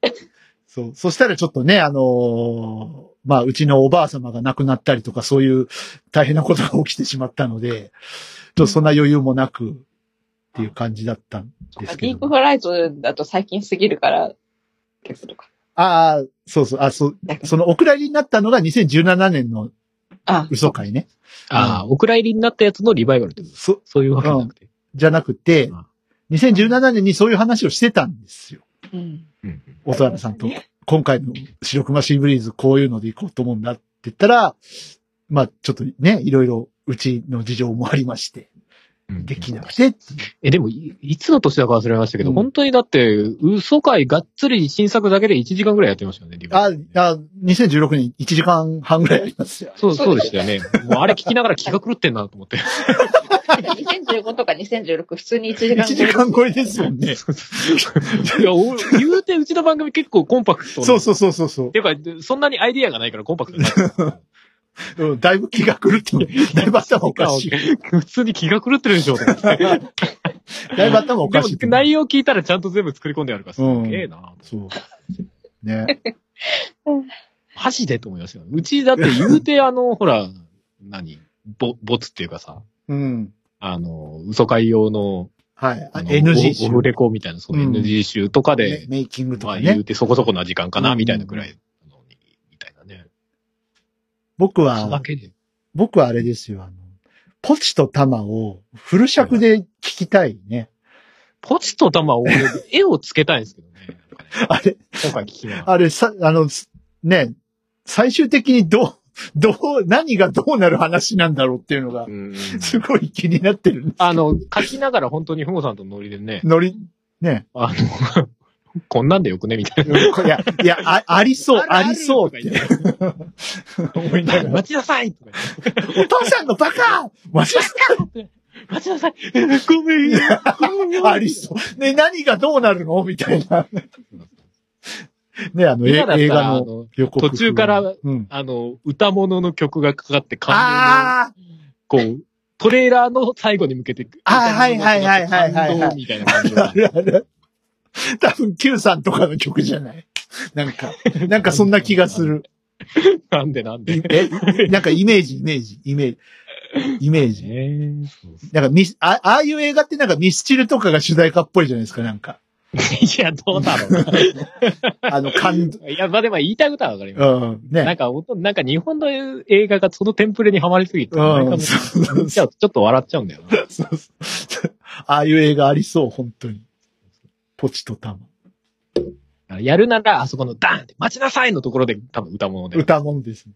そう。そしたらちょっとね、あのー、まあ、うちのおばあ様が亡くなったりとか、そういう大変なことが起きてしまったので、ちょっとそんな余裕もなくっていう感じだったんですけど。 ディープフライトだと最近すぎるから、結構とか。 ああ、そうそう、あ、そう、そのお蔵入りになったのがにせんじゅうななねんの嘘会ね。 ああ、お蔵入りになったやつのリバイバルってことそそういうわけじゃなくて。 うん、じゃなくて、にせんじゅうななねんにそういう話をしてたんですよ。 うん。 音原さんと、今回の白熊シーブリーズこういうので行こうと思うんだって言ったら、まあちょっとね、いろいろうちの事情もありまして、できなくて、うん。 え、でもい、いつの年だか忘れましたけど、うん、本当にだって、嘘会がっつり新作だけでいちじかんぐらいやってましたよね、リバイあ、あ、にせんじゅうろくねんいちじかんはんぐらいありますよ。 そう、そうでしたよね。もうあれ聞きながら気が狂ってんなと思って。 にせんじゅうごとかにせんじゅうろく普通にいちじかん超え。いちじかん超えですもんね。 いや、言うてうちの番組結構コンパクト。 そうそうそうそうそう。 ていうか、そんなにアイディアがないからコンパクトな。 うん、だいぶ気が狂ってる。だいぶ頭おかしい。 普通に気が狂ってるでしょ。だいぶ頭おかしい。 でも内容聞いたらちゃんと全部作り込んであるからすげえな、うん。 そう。ね。 マジでと思いましたよ。うちだって言うてあの、ほら、何ボ、ボツっていうかさ。 うん。 あの、嘘会用の、 はい。エヌジー 集。 オフレコみたいな、その エヌジー 集とかで、 うん、メイキングとかね。 まあ言うてそこそこな時間かな、みたいなくらい、うん、みたいなね。 僕は、僕はあれですよ、あの、ポチとタマをフル尺で聞きたいね。 ポチとタマを絵をつけたいんですけどね。 あれ、 今回聞きながら。 あれさ、あの、ね、最終的にどう、どう、何がどうなる話なんだろうっていうのが、すごい気になってるんです。 あの、書きながら本当にふもさんとノリでね。 ノリ、ね。 あの、こんなんでよくねみたいな。 いや、いや、あ, ありそう、ありそうって。 思いながら。待ちなさいお父さんのバカ待ちなさい待ちなさいごめんありそう。ね、何がどうなるのみたいな。ね、あの、映画の予告。 途中から、うん、あの、歌物の曲がかかって感動の、こう、トレーラーの最後に向けて、 ああ、はいはいはいはいはい、はい。 みたいな感じが。あるある。 多分 Q さんとかの曲じゃない。なんか、なんかそんな気がする。 なんでなんでえ、なんかイメージ、イメージ、イメージ。イメージ。えー、なんかミスあ、ああいう映画ってなんかミスチルとかが主題歌っぽいじゃないですか、なんか。 いや、どうだろうな。 あの、感動。 いや、まあでも言いたいことはわかります。 うん。ね。 なんか、なんか日本の映画がそのテンプレにはまりすぎて、うん、ちょっと笑っちゃうんだよな。そうそう。ああいう映画ありそう、本当に。ポチとタマ。 やるなら、あそこのダーンって待ちなさいのところで多分歌物で。 歌物ですね。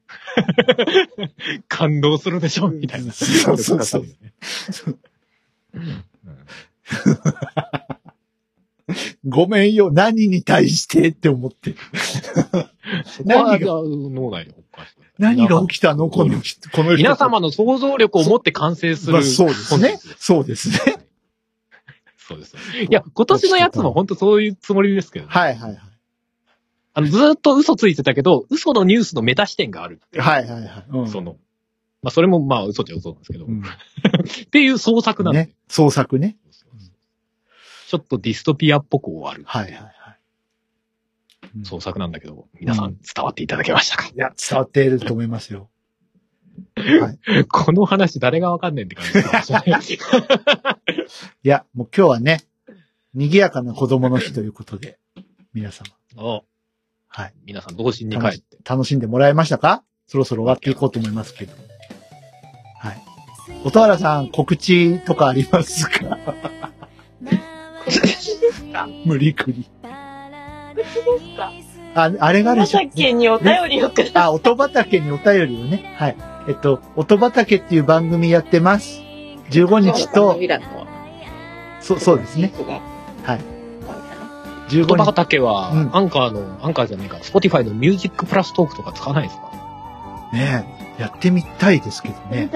感動するでしょみたいな。 そうそうそう。ごめんよ、何に対してって思って。 何が、脳内で何が起きたのこの人、この人。 皆様の想像力を持って完成する。 そうですね。そうですね。 そうです。いや、今年のやつも本当そういうつもりですけど、ね。 はいはいはい。 あの、ずーっと嘘ついてたけど、嘘のニュースのメタ視点がある。 はいはいはい。 うん、その、まあそれもまあ嘘っちゃ嘘なんですけど。うん、っていう創作なんで、 ね。創作ね。 ちょっとディストピアっぽく終わる。 はいはいはい。 創作なんだけど、皆さん伝わっていただけましたか？ いや、伝わっていると思いますよ。 はい、この話誰がわかんねえって感じですか？ いや、もう今日はね、賑やかな子供の日ということで、皆様。 おはい。 皆さん同心に帰って。 楽しんでもらえましたか？そろそろ終わっていこうと思いますけど。はい。音原さん、告知とかありますか？無理くり。 告知ですか？ あ、あれがあるでしょ。 音畑にお便りをください。 あ、音畑にお便りをね。はい。えっと、音畑っていう番組やってます。じゅうごにちと、そう、そうですね。はい。 じゅうごにち。音畑は、うん、アンカーの、アンカーじゃないか、スポティファイのミュージックプラストークとか使わないですか？ ねえ、やってみたいですけどね。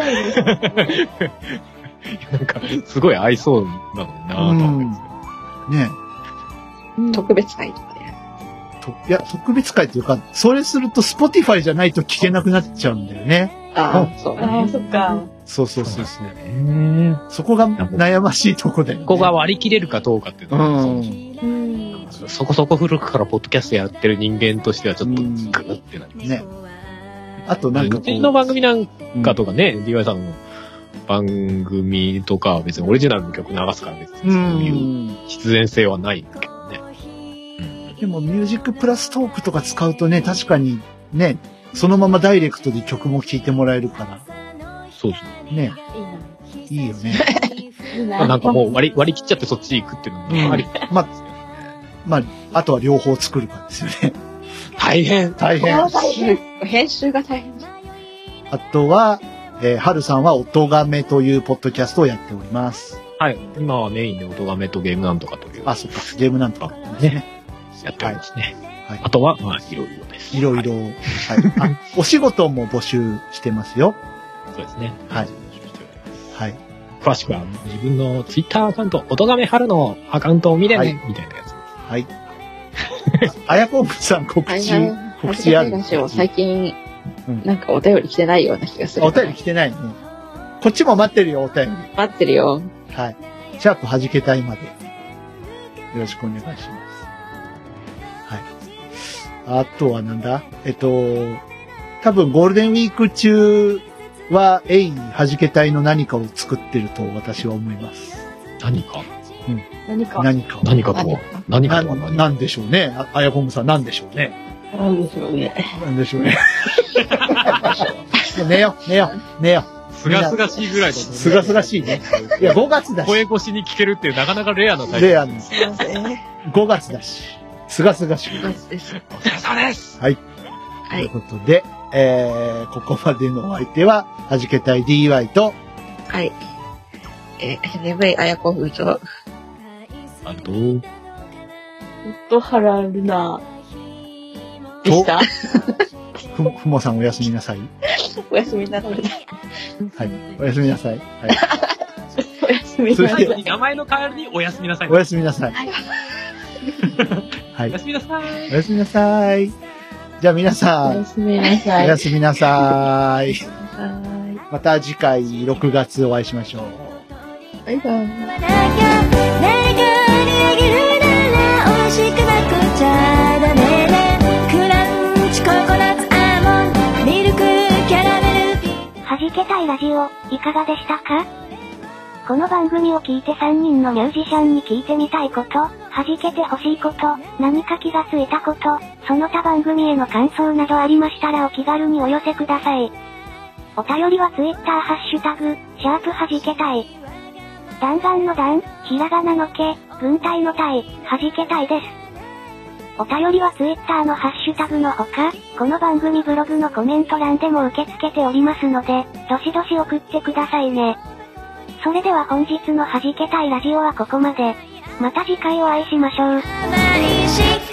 なんか、すごい合いそうなのになぁと思うんですけど。 ねえ。特別会とかで。 いや、特別会っていうか、それすると Spotify じゃないと聞けなくなっちゃうんだよね。 ああ、そう。 ああ、そっか。 そうそうそうそう。そこが悩ましいとこだよね。 ここが割り切れるかどうかっていうのは、うん、そこそこ古くからポッドキャストやってる人間としてはちょっとグーってなりますね。 あとなんかこう。 うちの番組なんかとかね、ディーワイ さんの番組とかは別にオリジナルの曲流すから別にそういう必然性はないけどね。 でもミュージックプラストークとか使うとね、確かにね、そのままダイレクトで曲も聴いてもらえるから。 そうそうね。いいよね。 まあなんかもう割り、割り切っちゃってそっち行くっていうのもあり。 まあ、まあ、あとは両方作るかですよね。 大変大変編集が大変。 あとは、えー、はるさんは音がめというポッドキャストをやっております。 はい。今はメインで音がめとゲームなんとかという。 あ、そっか。ゲームなんとかですね。 やっておりますね。はい。あとは、まあ、いろいろです。 いろいろ。はい。あ、お仕事も募集してますよ。 そうですね。 はい。はい。 詳しくは自分のツイッターアカウント、音がめはるのアカウントを見れね、はい、みたいなやつ。 はい。あやこんさん告知、告知ある。 最近、なんかお便り来てないような気がする。 お便り来てないね。こっちも待ってるよ、お便り。 待ってるよ。 はい。シャープはじけたいまで。よろしくお願いします。はい。あとはなんだえっと、多分ゴールデンウィーク中は、えい、はじけたいの何かを作ってると私は思います。 何かうん。 何か何か何かとは何かとは何なんでしょうね。あ、あやこむさんなんでしょうね。 なんでしょうね。 なんでしょうね。寝よ、寝よ、寝よ。 すがすがしいぐらいだと思う。 すがすがしいね。いや、ごがつだし。 声越しに聞けるっていうなかなかレアなタイプ。 レアな。ごがつだし。すがすがしい。 ごがつです。 お疲れ様です。 はい。はい。ということで、えー、ここまでのお相手は、はじけたい ディーワイ と、 はい。えー、眠いあやこふうと、 あと、 音原ルナでした。 ふ、ふもさんおやすみなさい。 おやすみなさい。 はい。おやすみなさい。はい。 おやすみなさい。 名前の代わりにおやすみなさい。 おやすみなさい。はい。 おやすみなさい。 おやすみなさい。じゃあ皆さん。 おやすみなさい。 おやすみなさい。また次回ろくがつお会いしましょう。 バイバイ。 はじけたいラジオ、いかがでしたか？この番組を聞いてさんにんのミュージシャンに聞いてみたいこと、はじけてほしいこと、何か気がついたこと、その他番組への感想などありましたらお気軽にお寄せください。お便りはツイッターハッシュタグ、シャープはじけたい。弾丸の弾、ひらがなのけ、軍隊の隊、はじけたいです。お便りはツイッターのハッシュタグのほか、この番組ブログのコメント欄でも受け付けておりますので、どしどし送ってくださいね。それでは本日のはじけたいラジオはここまで。また次回お会いしましょう。